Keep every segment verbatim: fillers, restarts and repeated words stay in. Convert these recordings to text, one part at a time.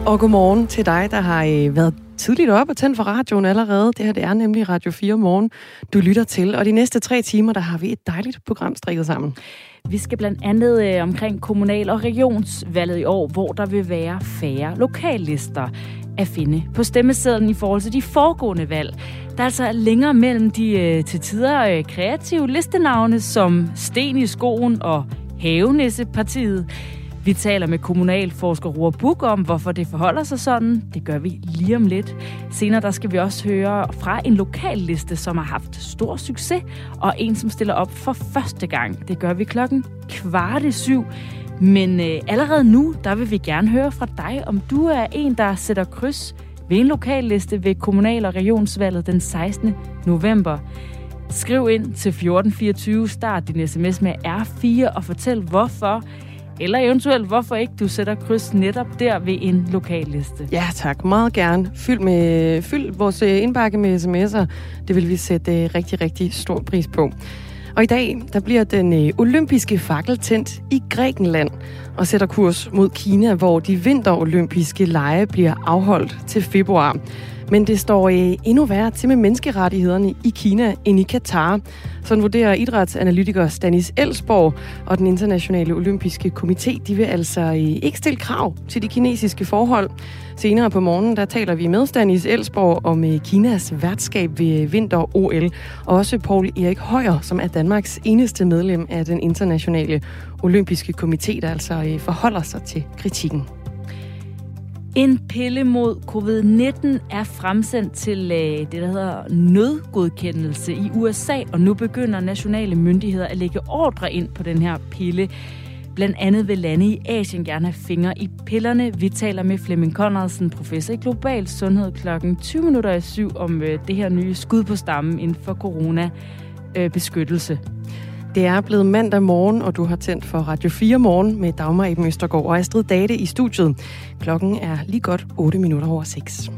Og godmorgen til dig, der har øh, været tidligt op og tændt for radioen allerede. Det her det er nemlig Radio fire Morgen, du lytter til. Og de næste tre timer, der har vi et dejligt program strikket sammen. Vi skal blandt andet øh, omkring kommunal- og regionsvalget i år, hvor der vil være færre lokallister at finde på stemmesedlen i forhold til de foregående valg. Der er altså længere mellem de øh, til tider øh, kreative listenavne som Sten i skoen og Havenissepartiet. Vi taler med kommunalforsker Roar Buch om, hvorfor det forholder sig sådan. Det gør vi lige om lidt. Senere der skal vi også høre fra en lokalliste, som har haft stor succes, og en, som stiller op for første gang. Det gør vi klokken kvart i syv. Men øh, allerede nu, der vil vi gerne høre fra dig, om du er en, der sætter kryds ved en lokalliste ved kommunal- og regionsvalget den sekstende november. Skriv ind til fjorten fireogtyve, start din sms med R fire og fortæl hvorfor, eller eventuelt hvorfor ikke du sætter kryds netop der ved en lokalliste. Ja tak, meget gerne. Fyld, med, fyld vores indbakke med sms'er. Det vil vi sætte rigtig, rigtig stor pris på. Og i dag, der bliver den olympiske fakkel tændt i Grækenland og sætter kurs mod Kina, hvor de vinterolympiske lege bliver afholdt til februar. Men det står endnu værre til med menneskerettighederne i Kina end i Katar. Sådan vurderer idrætsanalytiker Stanis Elsborg, og den internationale olympiske komité, de vil altså ikke stille krav til de kinesiske forhold. Senere på morgenen, der taler vi med Stanis Elsborg om Kinas værtskab ved vinter-O L. Og også Poul Erik Højer, som er Danmarks eneste medlem af den internationale olympiske komité, der altså forholder sig til kritikken. En pille mod covid nitten er fremsendt til øh, det, der hedder nødgodkendelse i U S A, og nu begynder nationale myndigheder at lægge ordre ind på den her pille. Blandt andet vil lande i Asien gerne have fingre i pillerne. Vi taler med Flemming Conradsen, professor i global sundhed, klokken tyve minutter i syv om øh, det her nye skud på stammen inden for corona-beskyttelse. Øh, Det er blevet mandag morgen, og du har tændt for Radio fire Morgen med Dagmar Eben Østergaard og Astrid Date i studiet. Klokken er lige godt otte minutter over seks.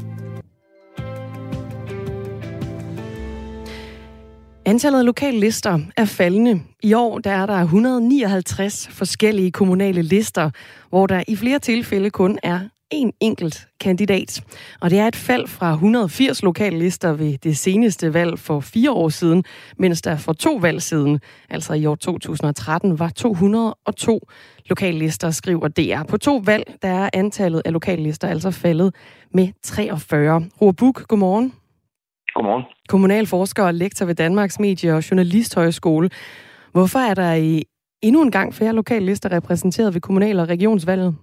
Antallet af lokale lister er faldende. I år der er der et hundrede og nioghalvtreds forskellige kommunale lister, hvor der i flere tilfælde kun er en enkelt kandidat. Og det er et fald fra et hundrede og firs lokale lister ved det seneste valg for fire år siden, mens der for to valg siden, altså i år to tusind og tretten, var to hundrede og to lokale lister, skriver D R. På to valg, der er antallet af lokale lister altså faldet med treogfyrre. Roar Buch, godmorgen. Godmorgen. Kommunalforsker og lektor ved Danmarks Medie- og Journalisthøjskole. Hvorfor er der i endnu en gang færre lokale lister repræsenteret ved kommunal- og regionsvalget?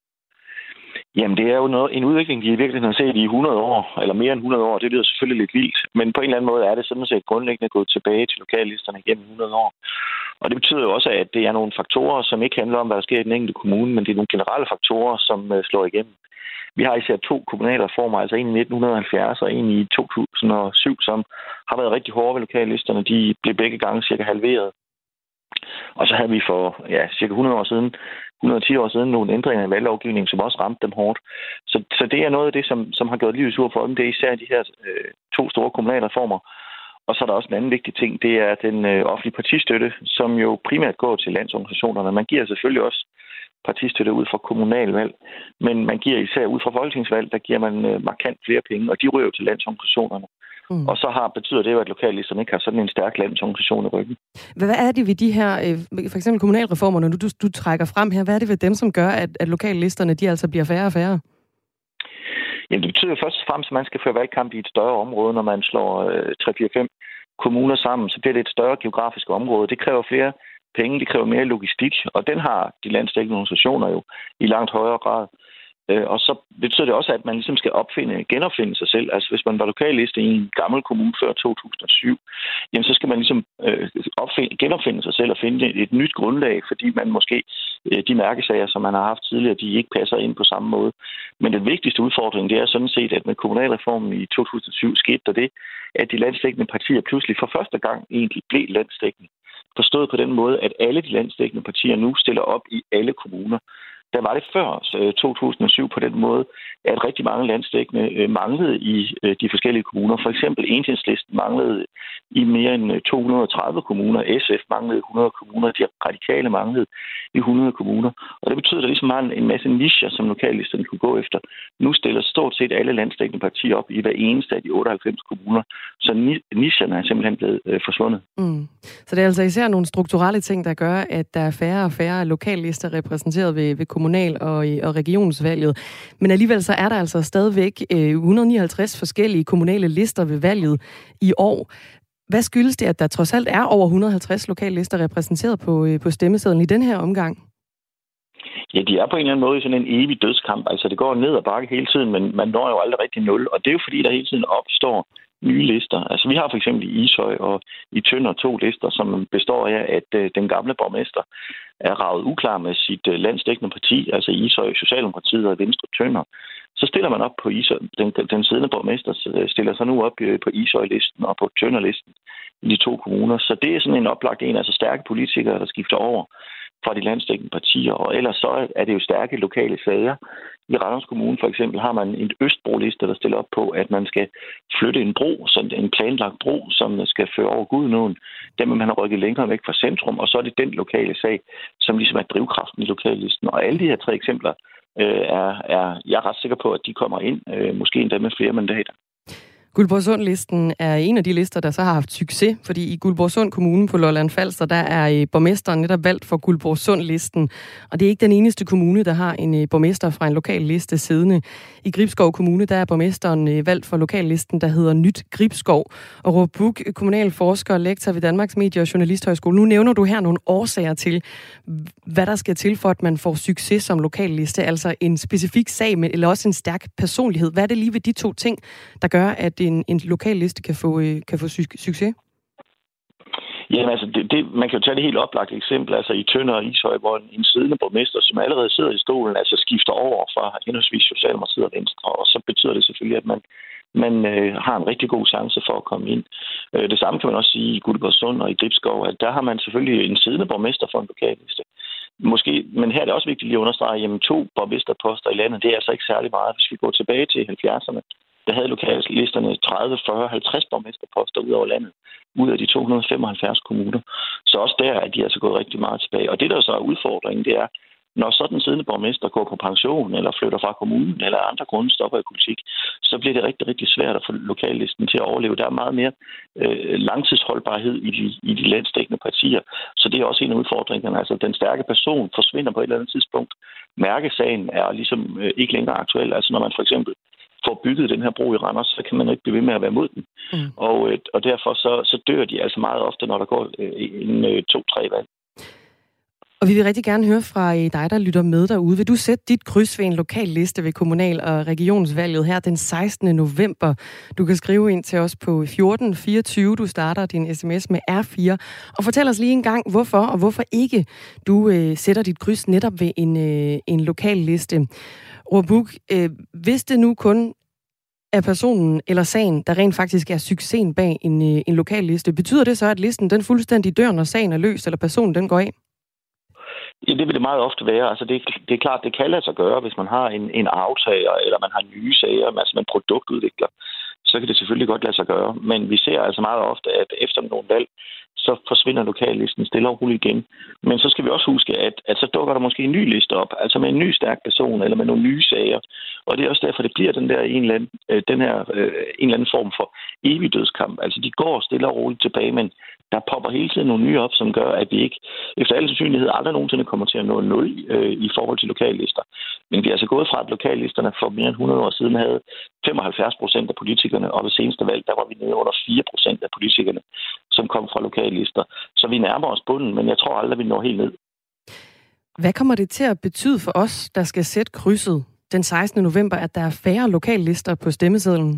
Jamen, det er jo noget, en udvikling, vi i virkeligheden har set i hundrede år, eller mere end hundrede år. Det lyder selvfølgelig lidt vildt, men på en eller anden måde er det sådan set grundlæggende gået tilbage til lokallisterne gennem hundrede år. Og det betyder jo også, at det er nogle faktorer, som ikke handler om, hvad der sker i den enkelte kommune, men det er nogle generelle faktorer, som uh, slår igennem. Vi har især to kommunalreformer, altså en i nitten halvfjerds og en i to tusind og syv, som har været rigtig hårde ved lokallisterne. De blev begge gange cirka halveret. Og så havde vi for ja, cirka hundrede år siden, et hundrede og ti år siden, nogle ændringer i valglovgivningen, som også ramte dem hårdt. Så, så det er noget af det, som, som har gjort livet sur for dem. Det er især de her øh, to store kommunalreformer. Og så er der også en anden vigtig ting, det er den øh, offentlige partistøtte, som jo primært går til landsorganisationerne. Man giver selvfølgelig også partistøtte ud fra kommunalvalg, men man giver især ud fra folketingsvalg, der giver man øh, markant flere penge, og de ryger til landsorganisationerne. Mm. Og så har, betyder det jo, at lokallisterne ikke har sådan en stærk landsorganisation i ryggen. Hvad er det ved de her, for eksempel kommunalreformer, når du, du, du trækker frem her, hvad er det ved dem, som gør, at, at lokallisterne de altså bliver færre og færre? Jamen, det betyder først og fremmest, at man skal føre valgkamp i et større område, når man slår øh, tre fire fem kommuner sammen, så bliver det et større geografisk område. Det kræver flere penge, det kræver mere logistik, og den har de landsdækkende organisationer jo i langt højere grad. Og så betyder det også, at man ligesom skal opfinde, genopfinde sig selv. Altså hvis man var lokalliste i en gammel kommune før to tusind og syv, jamen så skal man ligesom øh, opfinde, genopfinde sig selv og finde et nyt grundlag, fordi man måske øh, de mærkesager, som man har haft tidligere, de ikke passer ind på samme måde. Men den vigtigste udfordring, det er sådan set, at med kommunalreformen i to tusind og syv skete der det, at de landsdækkende partier pludselig for første gang egentlig blev landsdækkende. Forstået på den måde, at alle de landsdækkende partier nu stiller op i alle kommuner. der var det før to tusind og syv på den måde, at rigtig mange landsdækkende manglede i de forskellige kommuner. For eksempel Enhedslisten manglede i mere end to hundrede og tredive kommuner. S F manglede i hundrede kommuner. De radikale manglede i hundrede kommuner. Og det betyder, at der ligesom var en masse nicher, som lokallisterne kunne gå efter. Nu stiller stort set alle landsdækkende partier op i hver eneste af de otteoghalvfems kommuner. Så nicherne er simpelthen blevet øh, forsvundet. Mm. Så det er altså især nogle strukturelle ting, der gør, at der er færre og færre lokallister repræsenteret ved, ved kommunal- og, og regionsvalget. Men alligevel så er der altså stadigvæk øh, et hundrede og nioghalvtreds forskellige kommunale lister ved valget i år. Hvad skyldes det, at der trods alt er over et hundrede og halvtreds lokallister repræsenteret på, øh, på stemmesedlen i den her omgang? Ja, de er på en eller anden måde i sådan en evig dødskamp. Altså, det går ned og bakke hele tiden, men man når jo aldrig rigtig nul. Og det er jo fordi, der hele tiden opstår nye lister. Altså, vi har for eksempel i Ishøj og i Tønder to lister, som består af, at øh, den gamle borgmester er raget uklar med sit øh, landsdækkende parti, altså Ishøj, Socialdemokratiet og Venstre Tønder. Så stiller man op på Ishøj. Den, den siddende borgmester stiller sig nu op øh, på Ishøj-listen og på Tønder-listen i de to kommuner. Så det er sådan en oplagt en, altså stærke politikere, der skifter over fra de landsdækkende partier, og ellers så er det jo stærke lokale sager. I Randers Kommune for eksempel har man en Østbro-liste, der stiller op på, at man skal flytte en bro, sådan en planlagt bro, som skal føre over Gudenåen. Den vil man have rykket længere væk fra centrum, og så er det den lokale sag, som ligesom er drivkraften i lokallisten. Og alle de her tre eksempler øh, er, er, jeg er ret sikker på, at de kommer ind, øh, måske endda med flere mandater. Guldborgsund-listen er en af de lister, der så har haft succes, fordi i Guldborgsund Kommune på Lolland Falster, der er borgmesteren netop valgt for Guldborgsund-listen. Og det er ikke den eneste kommune, der har en borgmester fra en lokal liste siddende. I Gribskov Kommune, der er borgmesteren valgt for lokallisten, der hedder Nyt Gribskov. Og Roar Buch, kommunalforsker og lektor ved Danmarks Medie- og Journalisthøjskole. Nu nævner du her nogle årsager til, hvad der skal til for, at man får succes som lokalliste. Altså en specifik sag, eller også en stærk personlighed. Hvad er det lige ved de to ting, der gør, at en, en lokal liste kan få, øh, kan få su- succes? Jamen altså, det, det, man kan jo tage det helt oplagte eksempel, altså i Tønder og Ishøj, hvor en, en siddende borgmester, som allerede sidder i stolen, altså skifter over fra henholdsvis Socialdemokratiet og Venstre, og så betyder det selvfølgelig, at man, man øh, har en rigtig god chance for at komme ind. Øh, det samme kan man også sige i Guldborgsund og i Gribskov, at der har man selvfølgelig en siddende borgmester for en lokalliste. Måske, men her er det også vigtigt lige at understrege, jamen to borgmesterposter i landet, det er altså ikke særlig meget. Hvis vi går tilbage til halvfjerdserne, der havde lokallisterne tredive, fyrre, halvtreds borgmesterposter ud over landet, ud af de to hundrede og femoghalvfjerds kommuner. Så også der er de altså gået rigtig meget tilbage. Og det, der så er udfordringen, det er, når sådan en siddende borgmester går på pension, eller flytter fra kommunen, eller andre grunde stopper i politik, så bliver det rigtig, rigtig svært at få lokallisten til at overleve. Der er meget mere øh, langtidsholdbarhed i de, i de landsdækkende partier. Så det er også en af udfordringerne. Altså, den stærke person forsvinder på et eller andet tidspunkt. Mærkesagen er ligesom øh, ikke længere aktuel. Altså, når man for eksempel får bygget den her bro i Randers, så kan man ikke blive ved med at være mod den. Mm. Og, og derfor så, så dør de altså meget ofte, når der går en to-tre valg. Og vi vil rigtig gerne høre fra dig, der lytter med derude. Vil du sætte dit kryds ved en lokal liste ved kommunal- og regionsvalget her den sekstende november? Du kan skrive ind til os på fjorten fireogtyve. Du starter din sms med R fire. Og fortæl os lige en gang, hvorfor og hvorfor ikke du øh, sætter dit kryds netop ved en, øh, en lokal liste. Roar Buch, øh, hvis det nu kun er personen eller sagen, der rent faktisk er succesen bag en, øh, en lokal liste, betyder det så, at listen den fuldstændig dør, når sagen er løst, eller personen den går af? Ja, det vil det meget ofte være. Altså det, det er klart, det kan lade sig gøre, hvis man har en, en aftager, eller man har nye sager, altså man produktudvikler, så kan det selvfølgelig godt lade sig gøre. Men vi ser altså meget ofte, at efter nogle valg, så forsvinder lokallisten stille og roligt igen. Men så skal vi også huske, at, at så dukker der måske en ny liste op, altså med en ny stærk person, eller med nogle nye sager. Og det er også derfor, det bliver den der en eller anden, den her, en eller anden form for evig dødskamp. Altså de går stille og roligt tilbage, men der popper hele tiden nogle nye op, som gør, at vi ikke efter alle sandsynlighed aldrig nogensinde kommer til at nå nul øh, i forhold til lokallister. Men vi er altså gået fra, at lokallisterne for mere end hundrede år siden havde femoghalvfjerds procent af politikerne, og ved seneste valg, der var vi nede under fire procent af politikerne, som kom fra lokallister. Så vi nærmer os bunden, men jeg tror aldrig, vi når helt ned. Hvad kommer det til at betyde for os, der skal sætte krydset den sekstende november, at der er færre lokallister på stemmesedlen?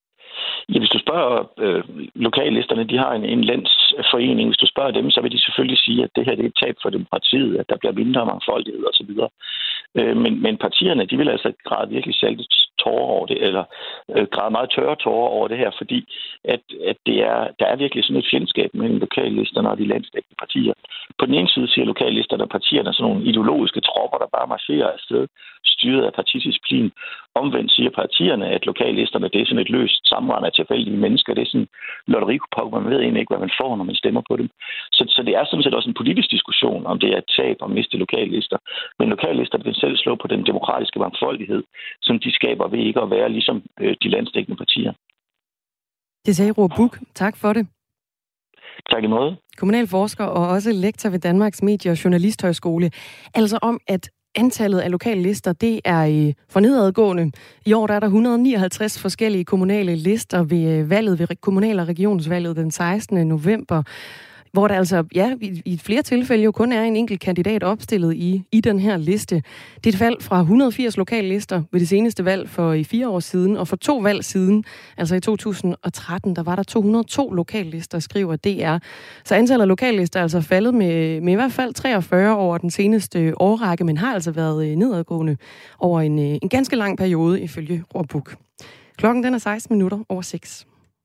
Ja, hvis du spørger øh, lokallisterne, de har en, en landsforening. Hvis du spørger dem, så vil de selvfølgelig sige, at det her det er et tab for demokratiet, at der bliver mindre mangfoldighed osv. Øh, men, men partierne, de vil altså græde virkelig tårer over det, eller øh, græde meget tørre tårer over det her, fordi at, at det er, der er virkelig sådan et fjendskab mellem lokallisterne og de landsdækkende partier. På den ene side siger lokallisterne og partierne sådan nogle ideologiske tropper, der bare marcherer afsted, styret af partidisciplin. Omvendt siger partierne, at lokallisterne, det er sådan et løst sammenrend af tilfældige mennesker. Det er sådan lotterikupok, man ved egentlig ikke, hvad man får, når man stemmer på dem. Så, så det er sådan set også en politisk diskussion, om det er et tab at miste lokallister. Men lokallister vil selv slå på den demokratiske mangfoldighed, som de skaber ved ikke at være ligesom øh, de landsdækkende partier. Det sagde Roar Buch. Tak for det. Tak i måde. Kommunalforsker og også lektor ved Danmarks Medie- og Journalisthøjskole. Altså om, at antallet af lokale lister, det er for nedadgående. I år der er der et hundrede og nioghalvtreds forskellige kommunale lister ved valget, ved kommunal- og regionsvalget den sekstende november. Hvor der altså, ja, i, i flere tilfælde jo kun er en enkelt kandidat opstillet i, i den her liste. Det er et valg fra et hundrede og firs lokale lister ved det seneste valg for i fire år siden, og for to valg siden, altså i to tusind og tretten, der var der to hundrede og to lokale lister, skriver D R. Så antallet af lokale lister er altså faldet med, med i hvert fald treogfyrre over den seneste årrække, men har altså været nedadgående over en, en ganske lang periode, ifølge Roar Buch. Klokken den er seksten minutter over seks.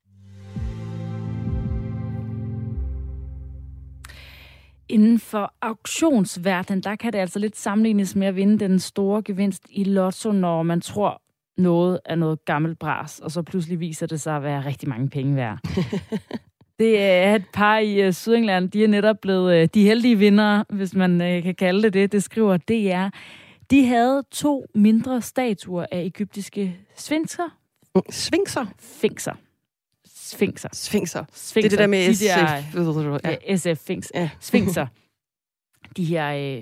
Inden for auktionsverdenen, der kan det altså lidt sammenlignes med at vinde den store gevinst i lotto, når man tror, noget er noget gammelt bras, og så pludselig viser det sig at være rigtig mange penge værd. Det er et par i Sydengland, de er netop blevet de heldige vindere, hvis man kan kalde det det. Det skriver D R. De havde to mindre statuer af egyptiske sfinkser. Sfinkser? Finkser. Sfinkser. Sfinkser. Sfinkser. Det er det der med de S F. Der, ja, S F. Finks. Ja. Sfinkser. De her, øh,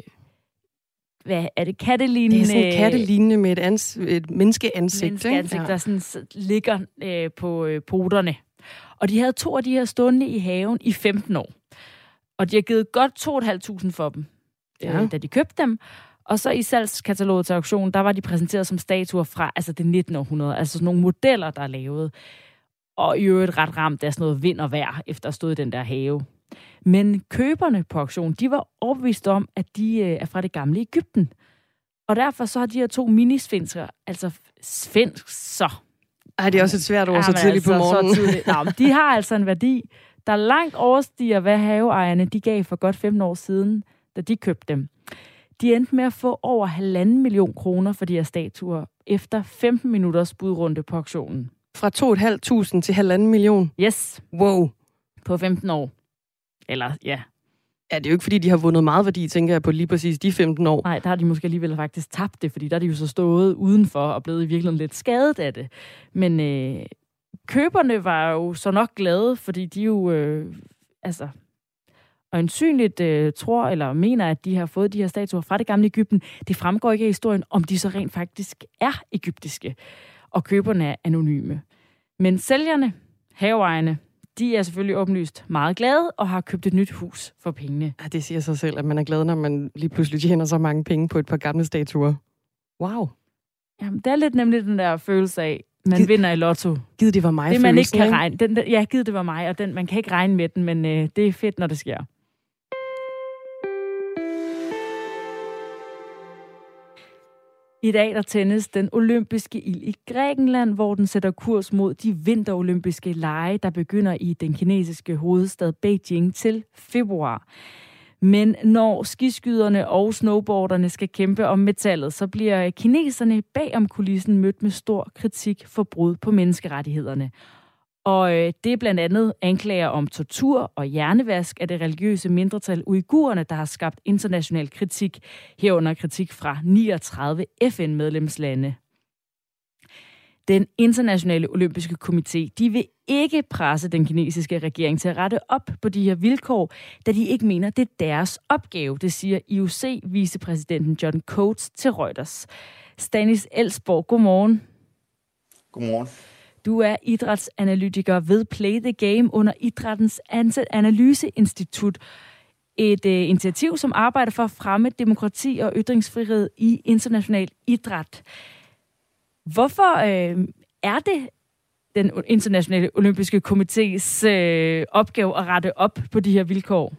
hvad er det, kattelignende? Det er sådan kattelignende med et, ans, et menneskeansigt. Menneskeansigt, ja. Der sådan ligger øh, på øh, poterne. Og de havde to af de her stående i haven i femten år. Og de har givet godt to tusind fem hundrede for dem, ja. øh, da de købte dem. Og så i salgskataloget til auktionen, der var de præsenteret som statuer fra altså det nittende århundrede. Altså sådan nogle modeller, der er lavet. Og i øvrigt ret ramt af sådan noget vind og vejr, efter at stå i den der have. Men køberne på auktionen, de var overbevist om, at de øh, er fra det gamle Egypten. Og derfor så har de her to minisfinsker, altså sfinkser. Ej, det er også et svært ord, så tidligt altså, på morgenen. Nå, de har altså en værdi, der langt overstiger, hvad haveejerne de gav for godt femten år siden, da de købte dem. De endte med at få over halvanden million kroner for de her statuer, efter femten minutters budrunde på auktionen. Fra to tusind fem hundrede til halvanden million? Yes. Wow. På femten år. Eller, ja. Ja, det er jo ikke, fordi de har vundet meget værdi, tænker jeg, på lige præcis de femten år. Nej, der har de måske alligevel faktisk tabt det, fordi der er de jo så stået udenfor og blevet i virkeligheden lidt skadet af det. Men øh, køberne var jo så nok glade, fordi de jo, øh, altså, øjensynligt øh, tror eller mener, at de har fået de her statuer fra det gamle Egypten. Det fremgår ikke af historien, om de så rent faktisk er egyptiske. Og køberne er anonyme. Men sælgerne, haveejerne, de er selvfølgelig åbenlyst meget glade og har købt et nyt hus for pengene. Ja, det siger sig selv, at man er glad, når man lige pludselig tjener så mange penge på et par gamle statuer. Wow. Jamen, det er lidt nemlig den der følelse af, man Gid, vinder i lotto. Gid det var mig, det man ikke kan regne. Den, der, ja, gid det var mig, og den, man kan ikke regne med den, men øh, det er fedt, når det sker. I dag der tændes den olympiske ild i Grækenland, hvor den sætter kurs mod de vinterolympiske lege, der begynder i den kinesiske hovedstad Beijing til februar. Men når skiskyderne og snowboarderne skal kæmpe om metallet, så bliver kineserne bag om kulissen mødt med stor kritik for brud på menneskerettighederne. Og øh, det er blandt andet anklager om tortur og hjernevask af det religiøse mindretal uigurerne, der har skabt international kritik, herunder kritik fra niogtredive F N-medlemslande. Den internationale olympiske komité, de vil ikke presse den kinesiske regering til at rette op på de her vilkår, da de ikke mener, det er deres opgave, det siger I O C-vicepræsidenten John Coates til Reuters. Stanis Elsborg, godmorgen. Godmorgen. Du er idrætsanalytiker ved Play the Game under Idrættens Analyseinstitut. Et øh, initiativ, som arbejder for at fremme demokrati og ytringsfrihed i international idræt. Hvorfor øh, er det den internationale olympiske komités øh, opgave at rette op på de her vilkår?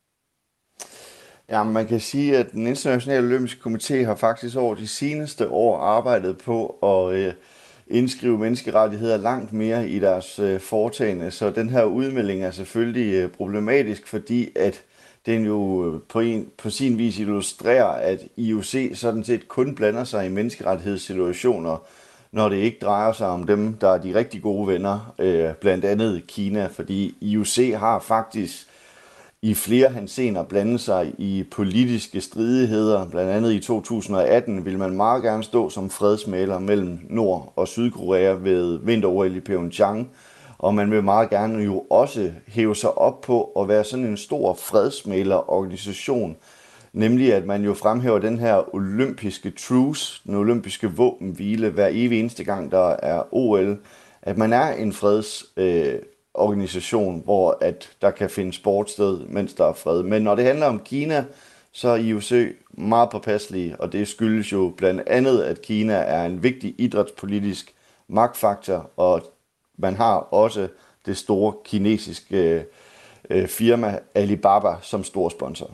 Ja, man kan sige, at den internationale olympiske komité har faktisk over de seneste år arbejdet på at øh, indskrive menneskerettigheder langt mere i deres øh, foretagende. Så den her udmelding er selvfølgelig øh, problematisk, fordi at den jo på, en, på sin vis illustrerer, at I O C sådan set kun blander sig i menneskerettighedssituationer, når det ikke drejer sig om dem, der er de rigtig gode venner, øh, blandt andet Kina, fordi I O C har faktisk i flere henseender blandet sig i politiske stridigheder. Blandt andet i to tusind og atten ville man meget gerne stå som fredsmægler mellem Nord- og Sydkorea ved vinter-O L i Pyeongchang. Og man vil meget gerne jo også hæve sig op på at være sådan en stor fredsmæglerorganisation. Nemlig at man jo fremhæver den her olympiske truce, den olympiske våbenhvile, hver evig eneste gang der er O L. At man er en freds... Øh, organisation, hvor at der kan finde sport sted, mens der er fred. Men når det handler om Kina, så er I O C meget påpasselige, og det skyldes jo blandt andet, at Kina er en vigtig idrætspolitisk magtfaktor, og man har også det store kinesiske øh, firma Alibaba som stor sponsor.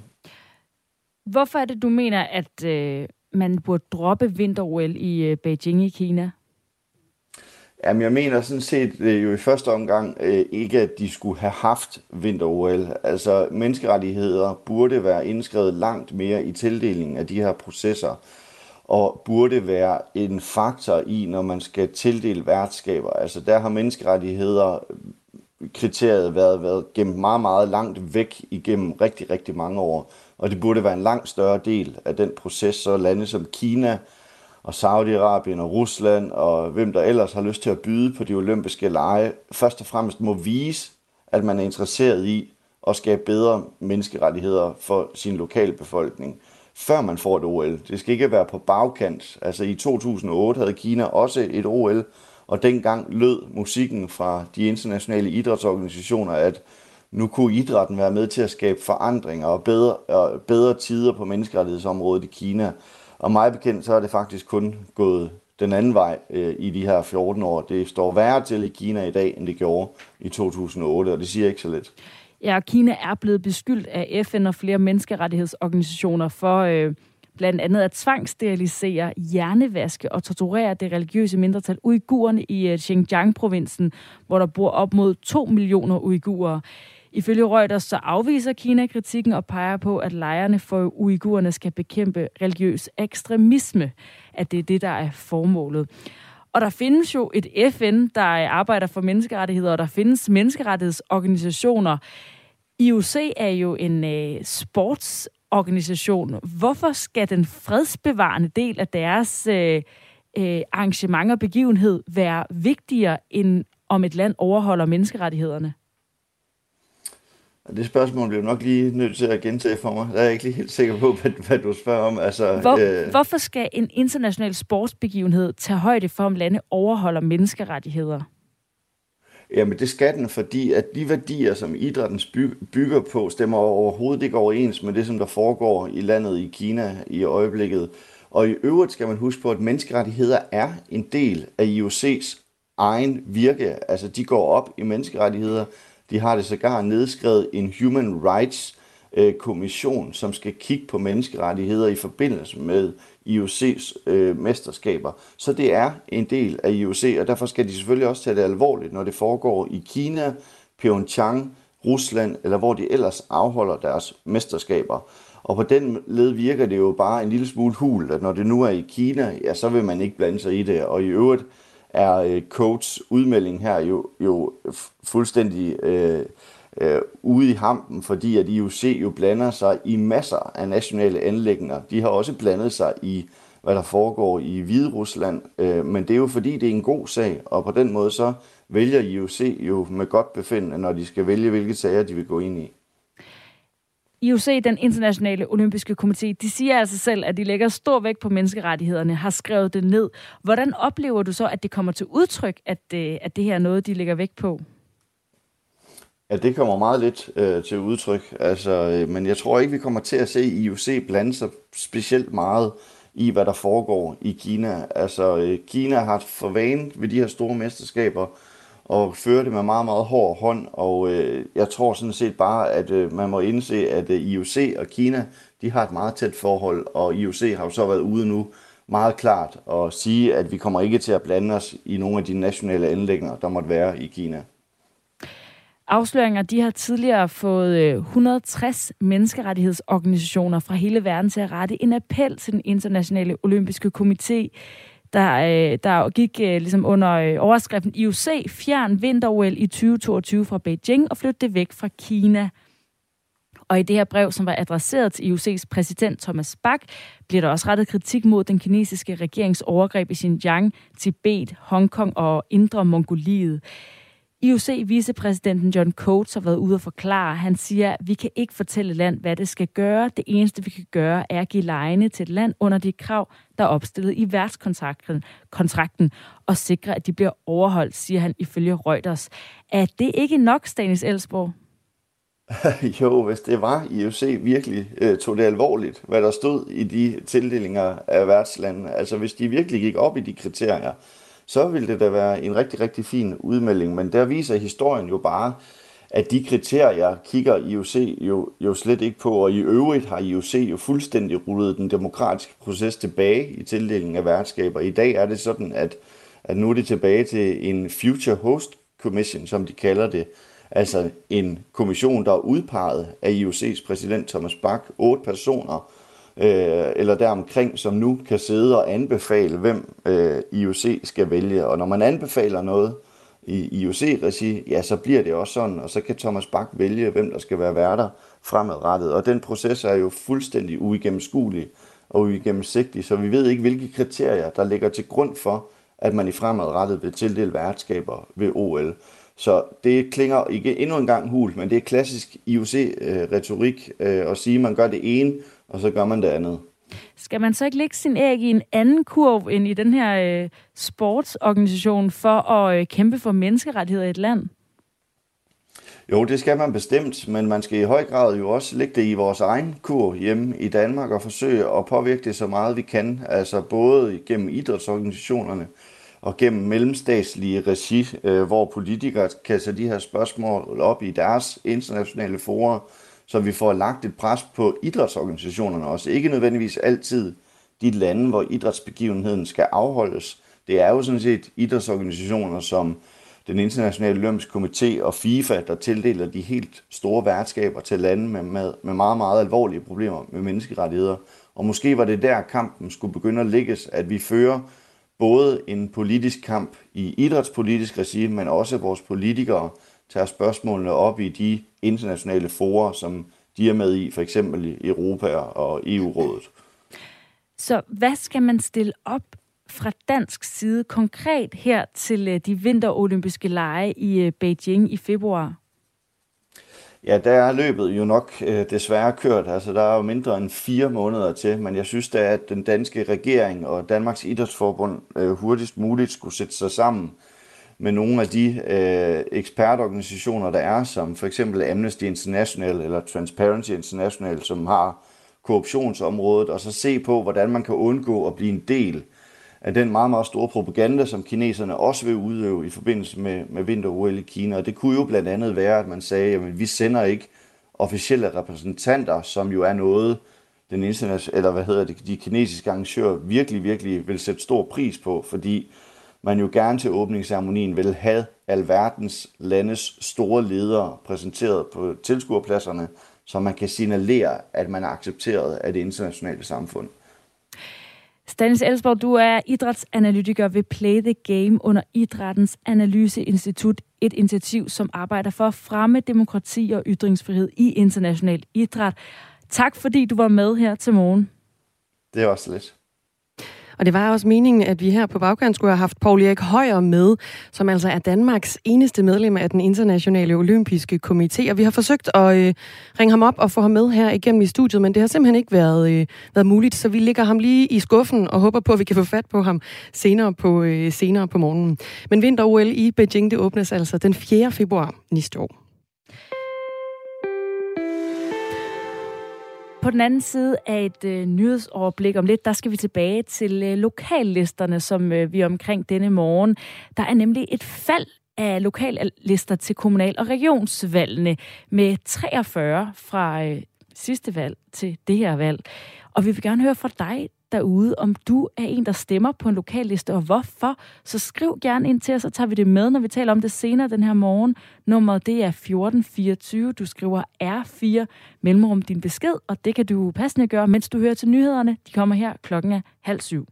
Hvorfor er det, du mener, at øh, man burde droppe vinter-O L i øh, Beijing i Kina? Jamen, jeg mener sådan set øh, jo i første omgang øh, ikke, at de skulle have haft vinter-O L. Altså, menneskerettigheder burde være indskrevet langt mere i tildelingen af de her processer, og burde være en faktor i, når man skal tildele værtskaber. Altså, der har menneskerettigheder kriteriet været, været gemt meget, meget langt væk igennem rigtig, rigtig mange år, og det burde være en langt større del af den proces, så lande som Kina og Saudi-Arabien og Rusland og hvem der ellers har lyst til at byde på de olympiske lege, først og fremmest må vise, at man er interesseret i at skabe bedre menneskerettigheder for sin lokale befolkning, før man får et O L. Det skal ikke være på bagkant. Altså i to tusind og otte havde Kina også et O L, og dengang lød musikken fra de internationale idrætsorganisationer, at nu kunne idrætten være med til at skabe forandringer og bedre, og bedre tider på menneskerettighedsområdet i Kina. Og mig bekendt, så er det faktisk kun gået den anden vej øh, i de her fjorten år. Det står værre til i Kina i dag, end det gjorde i to tusind og otte, og det siger ikke så lidt. Ja, Kina er blevet beskyldt af F N og flere menneskerettighedsorganisationer for øh, blandt andet at tvangssterilisere, hjernevaske og torturere det religiøse mindretal uigurerne i øh, Xinjiang-provinsen, hvor der bor op mod to millioner uigurer. Ifølge Reuters så afviser Kina kritikken og peger på, at lejrene for uigurerne skal bekæmpe religiøs ekstremisme, at det er det, der er formålet. Og der findes jo et F N, der arbejder for menneskerettigheder, og der findes menneskerettighedsorganisationer. I O C er jo en øh, sportsorganisation. Hvorfor skal den fredsbevarende del af deres øh, øh, arrangement og begivenhed være vigtigere, end om et land overholder menneskerettighederne? Det spørgsmål bliver nok lige nødt til at gentage for mig. Der er jeg ikke lige helt sikker på, hvad, hvad du spørger om. Altså, Hvor, øh... Hvorfor skal en international sportsbegivenhed tage højde for, om lande overholder menneskerettigheder? Jamen det skal den, fordi at de værdier, som idrætten bygger på, stemmer overhovedet ikke overens med det, som der foregår i landet i Kina i øjeblikket. Og i øvrigt skal man huske på, at menneskerettigheder er en del af I O C's egen virke. Altså de går op i menneskerettigheder. De har det sågar nedskrevet en Human Rights øh, kommission, som skal kigge på menneskerettigheder i forbindelse med I O C's øh, mesterskaber. Så det er en del af I O C, og derfor skal de selvfølgelig også tage det alvorligt, når det foregår i Kina, Pyeongchang, Rusland, eller hvor de ellers afholder deres mesterskaber. Og på den led virker det jo bare en lille smule hul, at når det nu er i Kina, ja, så vil man ikke blande sig i det. Og i øvrigt er coachs udmelding her jo, jo fuldstændig øh, øh, ude i hampen, fordi at I O C jo blander sig i masser af nationale anliggender. De har også blandet sig i, hvad der foregår i Hviderusland, øh, men det er jo fordi, det er en god sag, og på den måde så vælger I O C jo med godt befindende, når de skal vælge, hvilke sager de vil gå ind i. I O C, den internationale olympiske komité, de siger altså selv, at de lægger stor vægt på menneskerettighederne, har skrevet det ned. Hvordan oplever du så, at det kommer til udtryk, at, at det her er noget, de lægger vægt på? Ja, det kommer meget lidt øh, til udtryk. Altså, øh, men jeg tror ikke, vi kommer til at se I O C blande sig specielt meget i, hvad der foregår i Kina. Altså, øh, Kina har for vane ved de her store mesterskaber og fører det med meget, meget hård hånd, og øh, jeg tror sådan set bare, at øh, man må indse, at øh, I O C og Kina, de har et meget tæt forhold, og I O C har jo så været ude nu meget klart og sige, at vi kommer ikke til at blande os i nogle af de nationale anliggender, der måtte være i Kina. Afsløringer, de har tidligere fået et hundrede og tres menneskerettighedsorganisationer fra hele verden til at rette en appel til den internationale olympiske komité, der, der gik ligesom under overskriften I O C, fjern vinter-O L i tyve toogtyve fra Beijing og flytte det væk fra Kina. Og i det her brev, som var adresseret til I O C's præsident Thomas Bach, bliver der også rettet kritik mod den kinesiske regerings overgreb i Xinjiang, Tibet, Hongkong og Indre Mongoliet. I O C-vicepræsidenten John Coates har været ude at forklare. Han siger, at vi kan ikke fortælle land, hvad det skal gøre. Det eneste, vi kan gøre, er at give lejene til et land under de krav, der er opstillet i værtskontrakten kontrakten, og sikre, at de bliver overholdt, siger han ifølge Reuters. Er det ikke nok, Stanis Elsborg? Jo, hvis det var I O C virkelig øh, tog det alvorligt, hvad der stod i de tildelinger af værtslandene. Altså hvis de virkelig gik op i de kriterier, så ville det da være en rigtig, rigtig fin udmelding. Men der viser historien jo bare, at de kriterier kigger I O C jo, jo slet ikke på, og i øvrigt har I O C jo fuldstændig rullet den demokratiske proces tilbage i tildelingen af værtskaber. I dag er det sådan, at, at nu er det tilbage til en Future Host Commission, som de kalder det. Altså en kommission, der er udpeget af I O C's præsident Thomas Bach, otte personer, øh, eller deromkring, som nu kan sidde og anbefale, hvem øh, I O C skal vælge. Og når man anbefaler noget i I O C-regi, ja, så bliver det også sådan, og så kan Thomas Bach vælge, hvem der skal være værter fremadrettet. Og den proces er jo fuldstændig uigennemskuelig og uigennemsigtig, så vi ved ikke, hvilke kriterier, der ligger til grund for, at man i fremadrettet vil tildele værtskaber ved O L. Så det klinger ikke endnu en gang hul, men det er klassisk I O C-retorik øh, at sige, at man gør det ene, og så gør man det andet. Skal man så ikke lægge sin æg i en anden kurv end i den her øh, sportsorganisation for at øh, kæmpe for menneskerettigheder i et land? Jo, det skal man bestemt, men man skal i høj grad jo også lægge det i vores egen kurv hjemme i Danmark og forsøge at påvirke det så meget vi kan, altså både gennem idrætsorganisationerne og gennem mellemstatslige regi, øh, hvor politikere kan tage de her spørgsmål op i deres internationale forer, så vi får lagt et pres på idrætsorganisationerne også. Ikke nødvendigvis altid de lande, hvor idrætsbegivenheden skal afholdes. Det er jo sådan set idrætsorganisationer som den internationale olympiske komité og FIFA, der tildeler de helt store værtskaber til lande med, med, med meget, meget alvorlige problemer med menneskerettigheder. Og måske var det der kampen skulle begynde at lægges, at vi fører både en politisk kamp i idrætspolitisk regi, men også vores politikere tager spørgsmålene op i de internationale forer, som de er med i, for eksempel i Europa og E U-rådet. Så hvad skal man stille op fra dansk side konkret her til de vinterolympiske lege i Beijing i februar? Ja, der er løbet jo nok øh, desværre kørt. Altså, der er jo mindre end fire måneder til, men jeg synes da, at den danske regering og Danmarks Idrætsforbund øh, hurtigst muligt skulle sætte sig sammen med nogle af de øh, ekspertorganisationer, der er, som for eksempel Amnesty International eller Transparency International, som har korruptionsområdet, og så se på, hvordan man kan undgå at blive en del af den meget, meget store propaganda, som kineserne også vil udøve i forbindelse med, med vinter-O L i Kina. Og det kunne jo blandt andet være, at man sagde, at vi sender ikke officielle repræsentanter, som jo er noget, den internationale, eller hvad hedder det, de kinesiske arrangører virkelig, virkelig vil sætte stor pris på, fordi man jo gerne til åbningsceremonien vil have alverdens landes store ledere præsenteret på tilskuerpladserne, så man kan signalere, at man er accepteret af det internationale samfund. Stanis Elsborg, du er idrætsanalytiker ved Play the Game under Idrættens Analyseinstitut, et initiativ, som arbejder for at fremme demokrati og ytringsfrihed i international idræt. Tak fordi du var med her til morgen. Det er også lidt. Og det var også meningen, at vi her på bagkanten skulle have haft Poul Erik Højer med, som altså er Danmarks eneste medlem af den internationale olympiske komité. Og vi har forsøgt at øh, ringe ham op og få ham med her igennem i studiet, men det har simpelthen ikke været, øh, været muligt, så vi lægger ham lige i skuffen og håber på, at vi kan få fat på ham senere på, øh, senere på morgenen. Men vinter-O L i Beijing, det åbnes altså den fjerde februar næste år. På den anden side af et øh, nyhedsoverblik om lidt, der skal vi tilbage til øh, lokallisterne, som øh, vi er omkring denne morgen. Der er nemlig et fald af lokallister til kommunal- og regionsvalgene med treogfyrre fra øh, sidste valg til det her valg. Og vi vil gerne høre fra dig derude, om du er en, der stemmer på en lokalliste, og hvorfor. Så skriv gerne ind til os, så tager vi det med, når vi taler om det senere den her morgen. Nummeret det er fjorten fireogtyve. Du skriver R fire mellemrum din besked, og det kan du passende gøre, mens du hører til nyhederne. De kommer her, klokken er halv syv.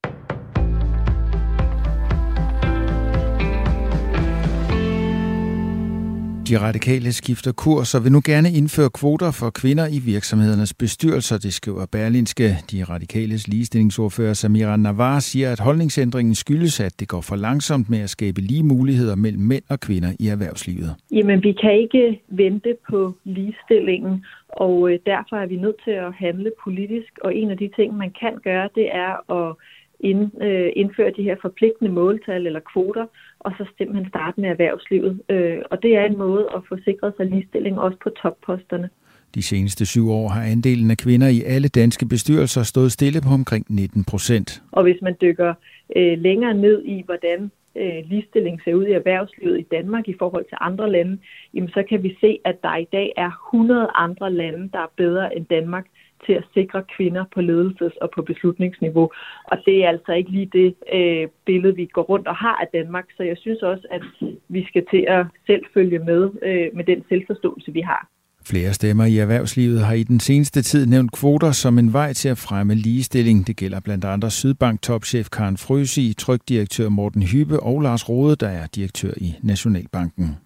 De radikale skifter kurs og vil nu gerne indføre kvoter for kvinder i virksomhedernes bestyrelser, det skriver Berlingske. De radikales ligestillingsordfører Samira Nawar siger, at holdningsændringen skyldes, at det går for langsomt med at skabe lige muligheder mellem mænd og kvinder i erhvervslivet. Jamen, vi kan ikke vente på ligestillingen, og derfor er vi nødt til at handle politisk. Og en af de ting, man kan gøre, det er at indføre de her forpligtende måltal eller kvoter, og så simpelthen starte med erhvervslivet. Og det er en måde at få sikret sig ligestilling også på topposterne. De seneste syv år har andelen af kvinder i alle danske bestyrelser stået stille på omkring nitten procent. Og hvis man dykker øh, længere ned i, hvordan øh, ligestilling ser ud i erhvervslivet i Danmark i forhold til andre lande, jamen, så kan vi se, at der i dag er hundrede andre lande, der er bedre end Danmark til at sikre kvinder på ledelses- og på beslutningsniveau. Og det er altså ikke lige det øh, billede, vi går rundt og har af Danmark. Så jeg synes også, at vi skal til at selv følge med øh, med den selvforståelse, vi har. Flere stemmer i erhvervslivet har i den seneste tid nævnt kvoter som en vej til at fremme ligestilling. Det gælder blandt andre Sydbank-topchef Karen Frøsig, trykdirektør Morten Hybe og Lars Rode, der er direktør i Nationalbanken.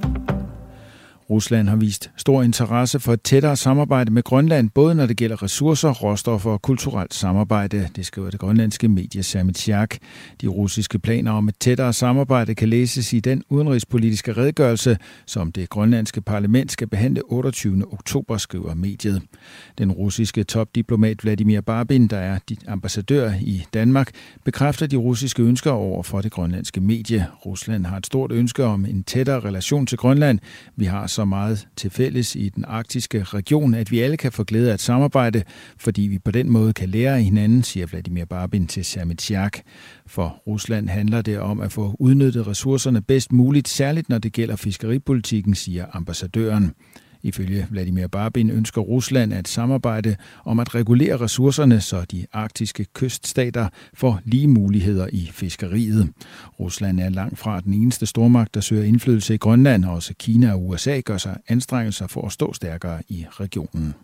Rusland har vist stor interesse for et tættere samarbejde med Grønland, både når det gælder ressourcer, råstoffer og kulturelt samarbejde. Det skriver det grønlandske medie Sermitiak. De russiske planer om et tættere samarbejde kan læses i den udenrigspolitiske redegørelse, som det grønlandske parlament skal behandle otteogtyvende oktober, skriver mediet. Den russiske topdiplomat Vladimir Barbin, der er ambassadør i Danmark, bekræfter de russiske ønsker over for det grønlandske medie. Rusland har et stort ønske om en tættere relation til Grønland. Vi har så meget til fælles i den arktiske region, at vi alle kan få glæde af et samarbejde, fordi vi på den måde kan lære af hinanden, siger Vladimir Barbin til Sermitiak. For Rusland handler det om at få udnyttet ressourcerne bedst muligt, særligt når det gælder fiskeripolitikken, siger ambassadøren. Ifølge Vladimir Barbin ønsker Rusland at samarbejde om at regulere ressourcerne, så de arktiske kyststater får lige muligheder i fiskeriet. Rusland er langt fra den eneste stormagt, der søger indflydelse i Grønland. Også Kina og U S A gør sig anstrengelser for at stå stærkere i regionen.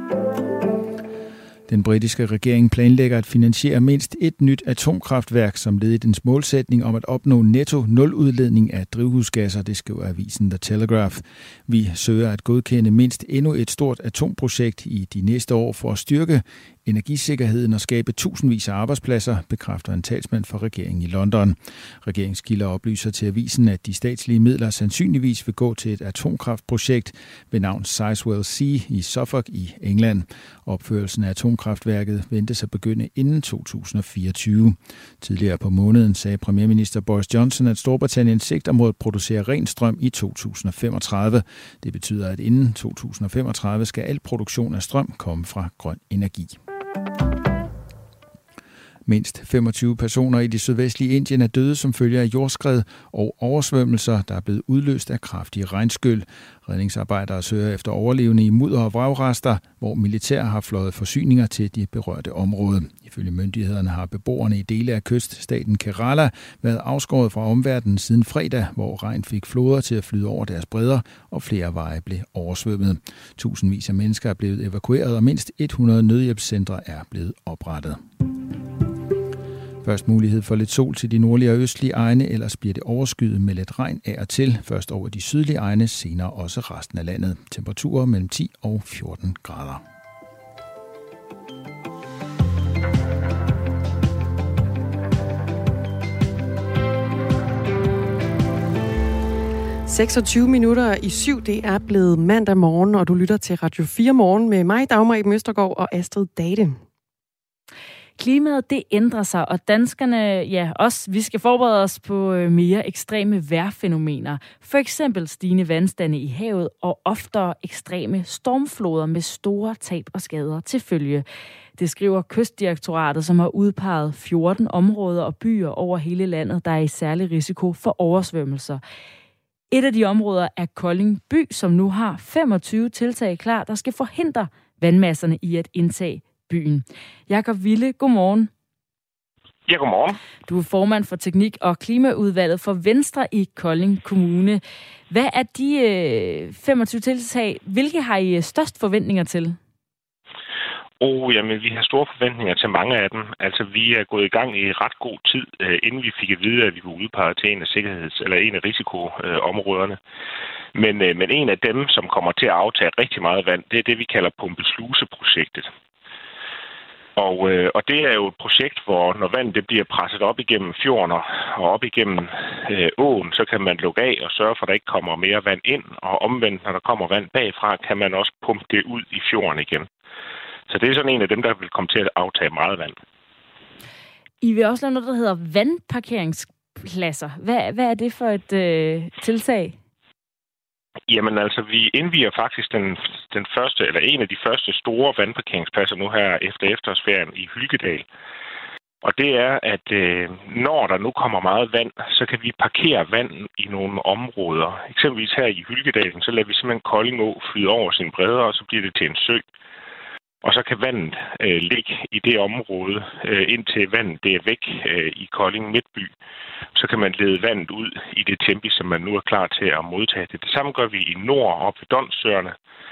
Den britiske regering planlægger at finansiere mindst et nyt atomkraftværk, som led i dens målsætning om at opnå netto nul-udledning af drivhusgasser, det skriver avisen The Telegraph. Vi søger at godkende mindst endnu et stort atomprojekt i de næste år for at styrke energisikkerheden og skabe tusindvis af arbejdspladser, bekræfter en talsmand for regeringen i London. Regeringskilder oplyser til avisen, at de statslige midler sandsynligvis vil gå til et atomkraftprojekt ved navn Sizewell C i Suffolk i England. Opførelsen af atomkraftværket ventes at begynde inden to tusind og fireogtyve. Tidligere på måneden sagde premierminister Boris Johnson, at Storbritannien sigter mod at producere ren strøm i to tusind og femogtredive. Det betyder, at inden to tusind og femogtredive skal al produktion af strøm komme fra grøn energi. Mindst femogtyve personer i det sydvestlige Indien er døde som følge af jordskred og oversvømmelser, der er blevet udløst af kraftige regnskyl. Redningsarbejdere søger efter overlevende i mudder og vragrester, hvor militær har fløjet forsyninger til de berørte områder. Ifølge myndighederne har beboerne i dele af kyststaten Kerala været afskåret fra omverdenen siden fredag, hvor regn fik floder til at flyde over deres bredder, og flere veje blev oversvømmet. Tusindvis af mennesker er blevet evakueret, og mindst hundrede nødhjælpscentre er blevet oprettet. Først mulighed for lidt sol til de nordlige og østlige egne, ellers bliver det overskyet med lidt regn af og til. Først over de sydlige egne, senere også resten af landet. Temperaturer mellem ti og fjorten grader. seksogtyve minutter i syv, det er blevet mandag morgen, og du lytter til Radio fire Morgen med mig, Dagmar Eben Østergaard og Astrid Date. Klimaet, det ændrer sig, og danskerne, ja, også, vi skal forberede os på mere ekstreme vejrfænomener. For eksempel stigende vandstande i havet og oftere ekstreme stormfloder med store tab og skader til følge. Det skriver Kystdirektoratet, som har udpeget fjorten områder og byer over hele landet, der er i særlig risiko for oversvømmelser. Et af de områder er Kolding by, som nu har femogtyve tiltag klar, der skal forhindre vandmasserne i at indtage byen. Jakob Wille, godmorgen. Ja, godmorgen. Du er formand for Teknik- og Klimaudvalget for Venstre i Kolding Kommune. Hvad er de øh, femogtyve tiltag? Hvilke har I størst forventninger til? Oh, jamen, vi har store forventninger til mange af dem. Altså, vi er gået i gang i ret god tid, øh, inden vi fik at vide, at vi var udpeget til en af sikkerheds- eller en af risikoområderne. Men, øh, men en af dem, som kommer til at aftage rigtig meget vand, det er det, vi kalder pumpesluseprojektet. Og, øh, og det er jo et projekt, hvor når vandet det bliver presset op igennem fjorden og op igennem øh, åen, så kan man lukke af og sørge for, at der ikke kommer mere vand ind. Og omvendt, når der kommer vand bagfra, kan man også pumpe det ud i fjorden igen. Så det er sådan en af dem, der vil komme til at aftage meget vand. I vil også lave noget, der hedder vandparkeringspladser. Hvad, hvad er det for et øh, tiltag? Jamen altså, vi indviger faktisk den, den første, eller en af de første store vandparkeringspladser nu her efter efterårsferien i Hylkedal. Og det er, at øh, når der nu kommer meget vand, så kan vi parkere vand i nogle områder. Eksempelvis her i Hylkedalen, så lader vi simpelthen Kolding Å flyde over sin bredder, og så bliver det til en sø. Og så kan vandet øh, ligge i det område, øh, indtil vandet det er væk øh, i Kolding Midtby. Så kan man lede vandet ud i det tempi, som man nu er klar til at modtage det. Det samme gør vi i nord op ved Donssøerne,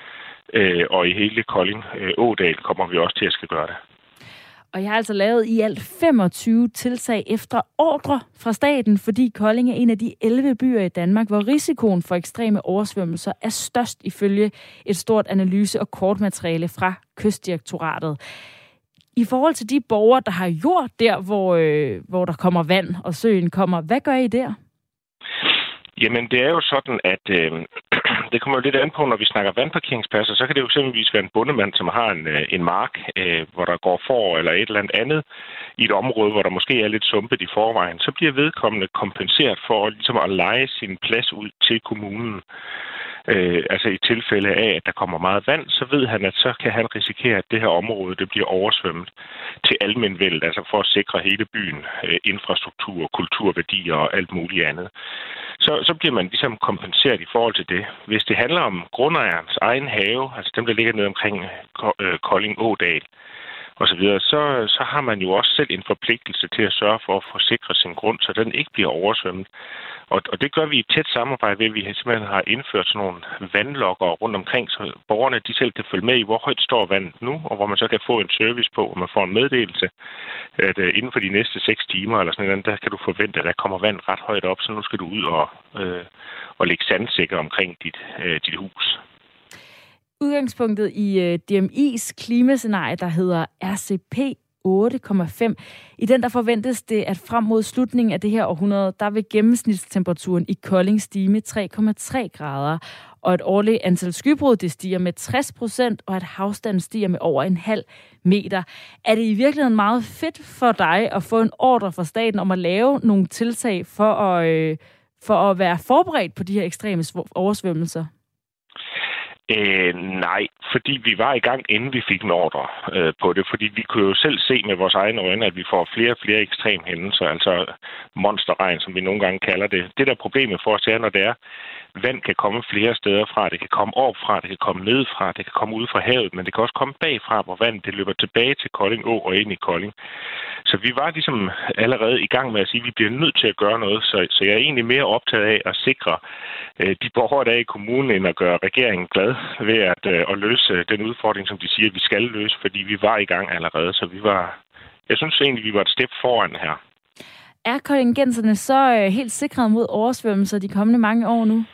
øh, og i hele Kolding øh, Ådal kommer vi også til at skal gøre det. Og jeg har altså lavet i alt femogtyve tiltag efter ordre fra staten, fordi Kolding er en af de elleve byer i Danmark, hvor risikoen for ekstreme oversvømmelser er størst ifølge et stort analyse- og kortmateriale fra Kystdirektoratet. I forhold til de borgere, der har jord der, hvor, øh, hvor der kommer vand og søen kommer, hvad gør I der? Jamen, det er jo sådan, at øh, det kommer jo lidt an på, når vi snakker vandparkeringspladser, så kan det jo eksempelvis være en bondemand, som har en, en mark, øh, hvor der går for eller et eller andet i et område, hvor der måske er lidt sumpet i forvejen. Så bliver vedkommende kompenseret for ligesom at leje sin plads ud til kommunen. Øh, altså i tilfælde af, at der kommer meget vand, så ved han, at så kan han risikere, at det her område det bliver oversvømmet til almenvældet, altså for at sikre hele byen, øh, infrastruktur, kulturværdier og alt muligt andet. Så, så bliver man ligesom kompenseret i forhold til det. Hvis det handler om grundejerens egen have, altså dem, der ligger nede omkring øh, Kolding Ådal, og så videre, så, så har man jo også selv en forpligtelse til at sørge for at forsikre sin grund, så den ikke bliver oversvømmet. Og, og det gør vi i tæt samarbejde ved, at vi simpelthen har indført sådan nogle vandlokker rundt omkring, så borgerne de selv kan følge med i, hvor højt står vandet nu, og hvor man så kan få en service på, og man får en meddelelse, at uh, inden for de næste seks timer, eller sådan noget, der kan du forvente, at der kommer vand ret højt op, så nu skal du ud og, øh, og lægge sandsikker omkring dit, øh, dit hus. Udgangspunktet i uh, D M I's klimascenarie, der hedder R C P otte komma fem. I den der forventes det, at frem mod slutningen af det her århundrede, der vil gennemsnitstemperaturen i Kolding stige med tre komma tre grader, og et årligt antal skybrud det stiger med tres procent, og at havstanden stiger med over en halv meter. Er det i virkeligheden meget fedt for dig at få en ordre fra staten om at lave nogle tiltag for at, øh, for at være forberedt på de her ekstreme oversvømmelser? Øh, nej, fordi vi var i gang, inden vi fik en ordre øh, på det. Fordi vi kunne jo selv se med vores egne øjne, at vi får flere og flere ekstreme hændelser, altså monsterregn, som vi nogle gange kalder det. Det der problemet for os er, når det er, vand kan komme flere steder fra. Det kan komme opfra, det kan komme nedfra, det kan komme ud fra havet, men det kan også komme bagfra, hvor vandet det løber tilbage til Kolding Å og ind i Kolding. Så vi var ligesom allerede i gang med at sige, at vi bliver nødt til at gøre noget. Så, så jeg er egentlig mere optaget af at sikre øh, de borgere, der er i kommunen, end at gøre regeringen glad ved at, øh, at løse den udfordring, som de siger, at vi skal løse, fordi vi var i gang allerede. Så vi var, jeg synes egentlig, vi var et step foran her. Er koldingenserne så øh, helt sikret mod oversvømmelser de kommende mange år nu?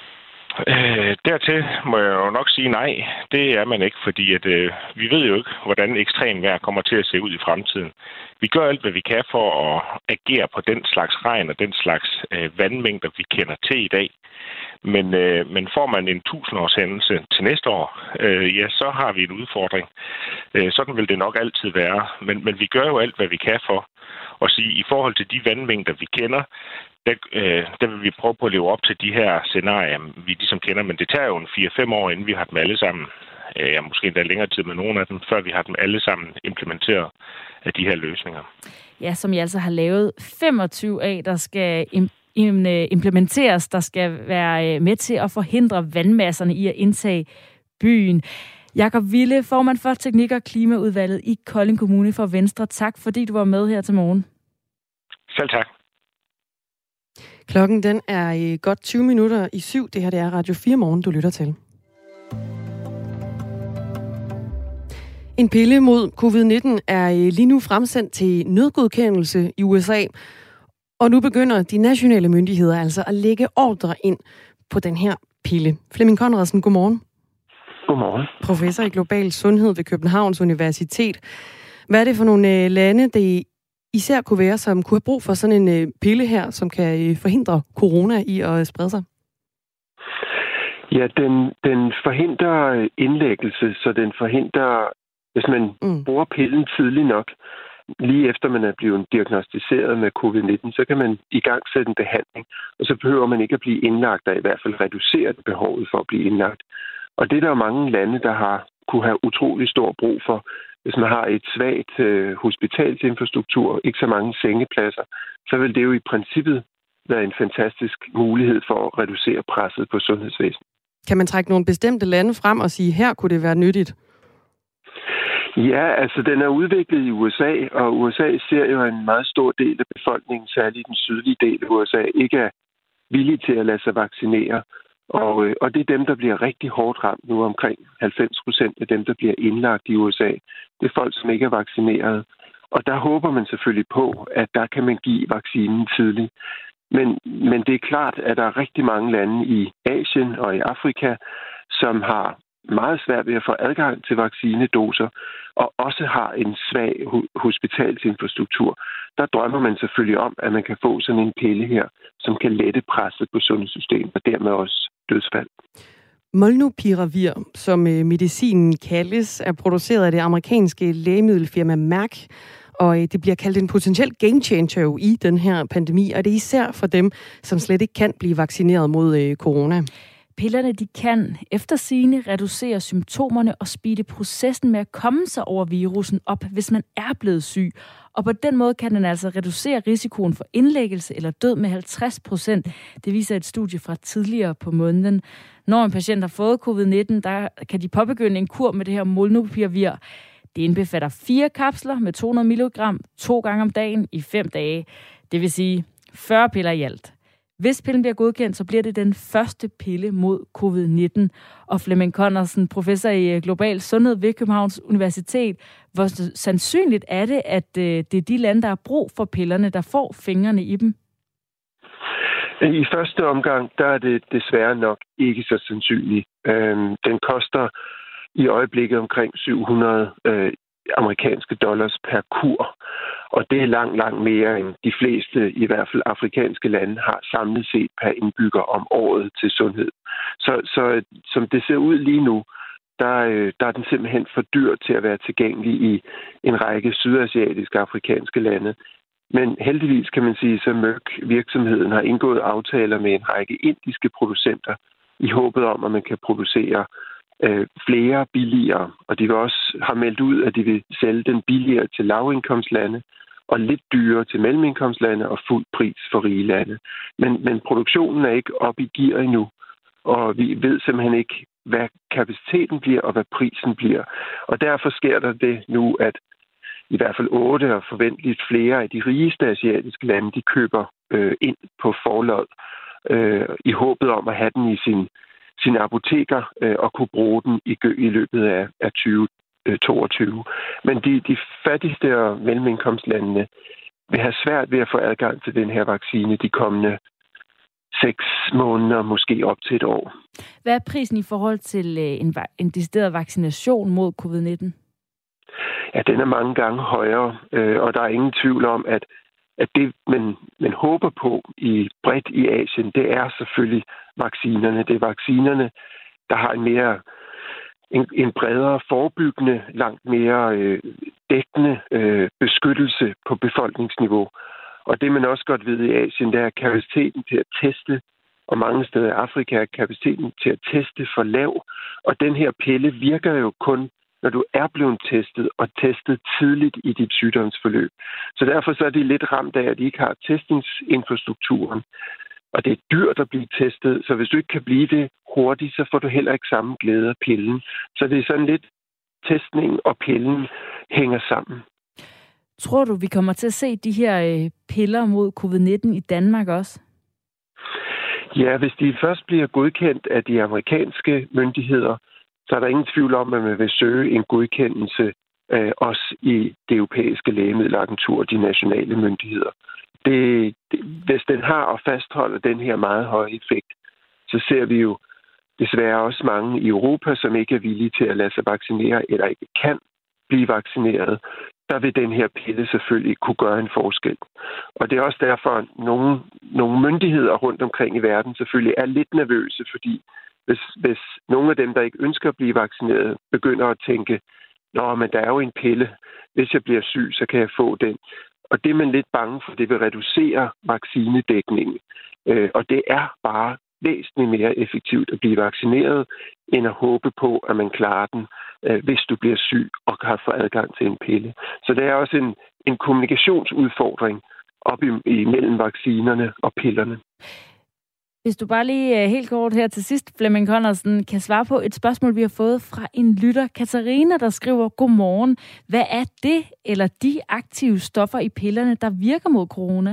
Øh, dertil må jeg jo nok sige nej. Det er man ikke, fordi at, øh, vi ved jo ikke, hvordan ekstrem vejr kommer til at se ud i fremtiden. Vi gør alt, hvad vi kan for at agere på den slags regn og den slags øh, vandmængder, vi kender til i dag. Men, øh, men får man en tusindårshændelse til næste år, øh, ja, så har vi en udfordring. Øh, sådan vil det nok altid være. Men, men vi gør jo alt, hvad vi kan for at sige, i forhold til de vandmængder, vi kender, Der, øh, der vil vi prøve på at leve op til de her scenarier, vi ligesom kender, men det tager jo en fire fem år, inden vi har dem alle sammen, øh, ja, måske endda længere tid med nogle af dem, før vi har dem alle sammen implementeret af de her løsninger. Ja, som I altså har lavet femogtyve af, der skal implementeres, der skal være med til at forhindre vandmasserne i at indtage byen. Jakob Wille, formand for Teknik- og Klimaudvalget i Kolding Kommune for Venstre. Tak, fordi du var med her til morgen. Selv tak. Klokken den er godt tyve minutter i syv. Det her det er Radio fire Morgen, du lytter til. En pille mod covid nitten er lige nu fremsendt til nødgodkendelse i U S A. Og nu begynder de nationale myndigheder altså at lægge ordre ind på den her pille. Flemming Conradsen, godmorgen. Godmorgen. Professor i global sundhed ved Københavns Universitet. Hvad er det for nogle lande, det især kunne være, som kunne have brug for sådan en pille her, som kan forhindre corona i at sprede sig? Ja, den, den forhindrer indlæggelse, så den forhindrer, hvis man mm. bruger pillen tidligt nok, lige efter man er blevet diagnosticeret med covid nitten, så kan man i gang sætte en behandling, og så behøver man ikke at blive indlagt, og i hvert fald reducere behovet for at blive indlagt. Og det er der mange lande, der har kunne have utrolig stor brug for. Hvis man har et svagt øh, hospitalsinfrastruktur, ikke så mange sengepladser, så vil det jo i princippet være en fantastisk mulighed for at reducere presset på sundhedsvæsenet. Kan man trække nogle bestemte lande frem og sige, her kunne det være nyttigt? Ja, altså den er udviklet i U S A, og U S A ser jo en meget stor del af befolkningen, særligt den sydlige del af U S A, ikke er villige til at lade sig vaccinere. Og, og det er dem, der bliver rigtig hårdt ramt nu. Omkring halvfems procent af dem, der bliver indlagt i U S A. Det er folk, som ikke er vaccineret. Og der håber man selvfølgelig på, at der kan man give vaccinen tidligt. Men, men det er klart, at der er rigtig mange lande i Asien og i Afrika, som har meget svært ved at få adgang til vaccinedoser, og også har en svag hospitalsinfrastruktur. Der drømmer man selvfølgelig om, at man kan få sådan en pille her, som kan lette presset på sundhedssystemet, og dermed også dødsfald. Molnupiravir, som medicinen kaldes, er produceret af det amerikanske lægemiddelfirma Merck, og det bliver kaldt en potentiel game changer i den her pandemi, og det er især for dem, som slet ikke kan blive vaccineret mod corona. Pillerne de kan efter sigende reducere symptomerne og speede processen med at komme sig over virusen op, hvis man er blevet syg. Og på den måde kan den altså reducere risikoen for indlæggelse eller død med halvtreds procent. Det viser et studie fra tidligere på måneden. Når en patient har fået covid nitten, der kan de påbegynde en kur med det her molnupiravir. Det indbefatter fire kapsler med to hundrede milligram to gange om dagen i fem dage. Det vil sige fyrre piller i alt. Hvis pillen bliver godkendt, så bliver det den første pille mod covid nitten. Og Flemming Conradsen, professor i global sundhed ved Københavns Universitet. Hvor sandsynligt er det, at det er de lande, der har brug for pillerne, der får fingrene i dem? I første omgang, der er det desværre nok ikke så sandsynligt. Den koster i øjeblikket omkring syv hundrede amerikanske dollars per kur. Og det er langt, langt mere end de fleste, i hvert fald afrikanske lande, har samlet set per indbygger om året til sundhed. Så, så som det ser ud lige nu, der, der er den simpelthen for dyr til at være tilgængelig i en række sydasiatiske afrikanske lande. Men heldigvis kan man sige, så Merck virksomheden har indgået aftaler med en række indiske producenter i håbet om, at man kan producere øh, flere billigere. Og de vil også have meldt ud, at de vil sælge den billigere til lavindkomstlande og lidt dyrere til mellemindkomstlande og fuld pris for rige lande. Men, men produktionen er ikke oppe i gear endnu, og vi ved simpelthen ikke, hvad kapaciteten bliver og hvad prisen bliver. Og derfor sker der det nu, at i hvert fald otte og forventeligt flere af de rigeste asiatiske lande, de køber øh, ind på forlod øh, i håbet om at have den i sin, sine apoteker øh, og kunne bruge den i, i løbet af, af tyve toogtyve. Men de, de fattigste og mellemindkomstlandene vil have svært ved at få adgang til den her vaccine de kommende seks måneder, måske op til et år. Hvad er prisen i forhold til en, en decideret vaccination mod covid nitten? Ja, den er mange gange højere, øh, og der er ingen tvivl om, at, at det, man, man håber på i bredt i Asien, det er selvfølgelig vaccinerne. Det er vaccinerne, der har en mere En, en bredere forebyggende, langt mere øh, dækkende øh, beskyttelse på befolkningsniveau. Og det man også godt ved i Asien, det er kapaciteten til at teste, og mange steder i Afrika er kapaciteten til at teste for lav. Og den her pille virker jo kun, når du er blevet testet, og testet tidligt i dit sygdomsforløb. Så derfor så er de lidt ramt af, at de ikke har testingsinfrastrukturen. og det er dyrt at blive testet, så hvis du ikke kan blive det hurtigt, så får du heller ikke samme glæde af pillen. Så det er sådan lidt, testning og pillen hænger sammen. Tror du, vi kommer til at se de her øh, piller mod covid nitten i Danmark også? Ja, hvis de først bliver godkendt af de amerikanske myndigheder, så er der ingen tvivl om, at man vil søge en godkendelse øh, også i det europæiske lægemiddelagentur, de nationale myndigheder. Det, det, hvis den har og fastholder den her meget høje effekt, så ser vi jo desværre også mange i Europa, som ikke er villige til at lade sig vaccinere eller ikke kan blive vaccineret. Der vil den her pille selvfølgelig kunne gøre en forskel. Og det er også derfor, at nogle, nogle myndigheder rundt omkring i verden selvfølgelig er lidt nervøse, fordi hvis, hvis nogle af dem, der ikke ønsker at blive vaccineret, begynder at tænke, nå, men der er jo en pille. Hvis jeg bliver syg, så kan jeg få den. Og det er man lidt bange for, det vil reducere vaccinedækningen. Øh, og det er bare væsentligt mere effektivt at blive vaccineret, end at håbe på, at man klarer den, øh, hvis du bliver syg og kan få adgang til en pille. Så det er også en, en kommunikationsudfordring op imellem vaccinerne og pillerne. Hvis du bare lige helt kort her til sidst, Flemming Conradsen, kan svare på et spørgsmål, vi har fået fra en lytter, Katarina, der skriver, godmorgen. Hvad er det eller de aktive stoffer i pillerne, der virker mod corona?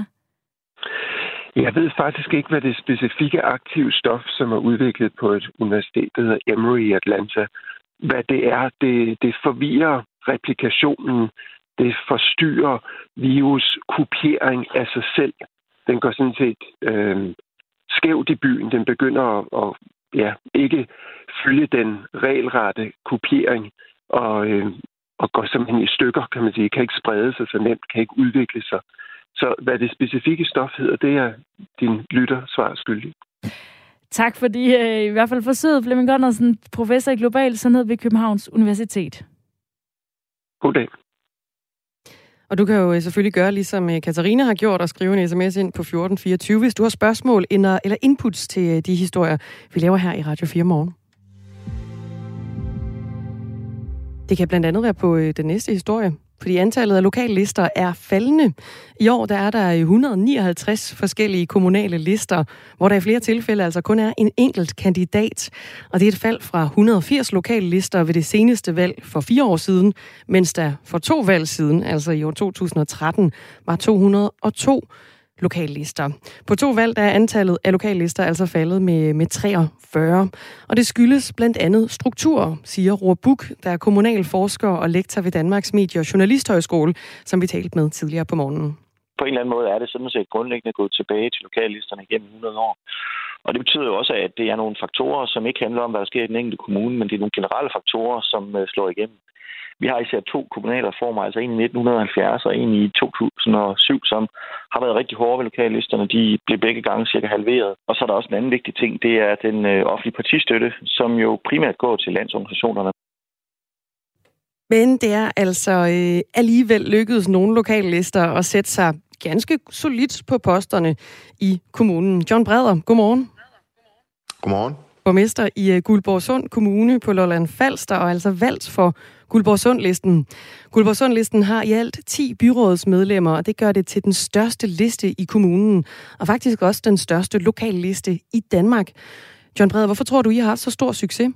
Jeg ved faktisk ikke, hvad det specifikke aktive stof, som er udviklet på et universitet, der hedder Emory i Atlanta, hvad det er. Det, det forvirrer replikationen, det forstyrrer viruskopiering af sig selv. Den går sådan set øh, skævt i byen. Den begynder at, at ja, ikke følge den regelrette kopiering og, øh, og går simpelthen i stykker, kan man sige. Kan ikke sprede sig så nemt, kan ikke udvikle sig. Så hvad det specifikke stof hedder, det er din lytter svar skyldig. Tak fordi øh, i hvert fald forsøget, Flemming Conradsen, professor i global sundhed ved Københavns Universitet. God dag. Og du kan jo selvfølgelig gøre, ligesom Katarina har gjort, og skrive en sms ind på fjorten fireogtyve, hvis du har spørgsmål eller inputs til de historier, vi laver her i Radio fire Morgen. Det kan blandt andet være på den næste historie, fordi antallet af lokallister er faldende. I år der er der et hundrede og nioghalvtreds forskellige kommunale lister, hvor der i flere tilfælde altså kun er en enkelt kandidat. Og det er et fald fra et hundrede og firs lokale lister ved det seneste valg for fire år siden, mens der for to valg siden, altså i år to tusind og tretten, var to hundrede og to lokallister. På to valg der er antallet af lokallister altså faldet med, med treogfyrre. Og det skyldes blandt andet strukturer, siger Roar Buch, der er kommunalforsker og lektor ved Danmarks Medie- og Journalisthøjskole, som vi talte med tidligere på morgenen. På en eller anden måde er det sådan set grundlæggende gået tilbage til lokallisterne gennem hundrede år. Og det betyder jo også, at det er nogle faktorer, som ikke handler om, hvad der sker i den enkelte kommune, men det er nogle generelle faktorer, som slår igennem. Vi har især to kommunale reformer, altså en i nitten halvfjerds og en i to tusind og syv, som har været rigtig hårde ved lokallisterne. De blev begge gange cirka halveret. Og så er der også en anden vigtig ting, det er den øh, offentlige partistøtte, som jo primært går til landsorganisationerne. Men det er altså øh, alligevel lykkedes nogle lokallister at sætte sig ganske solidt på posterne i kommunen. John Breder, godmorgen. Godmorgen. Borgmester i Guldborgsund Kommune på Lolland Falster, og altså valgt for Guldborgsund-listen. Guldborgsund-listen har i alt ti byrådsmedlemmer, og det gør det til den største liste i kommunen, og faktisk også den største lokalliste i Danmark. John Breder, hvorfor tror du, I har haft så stor succes?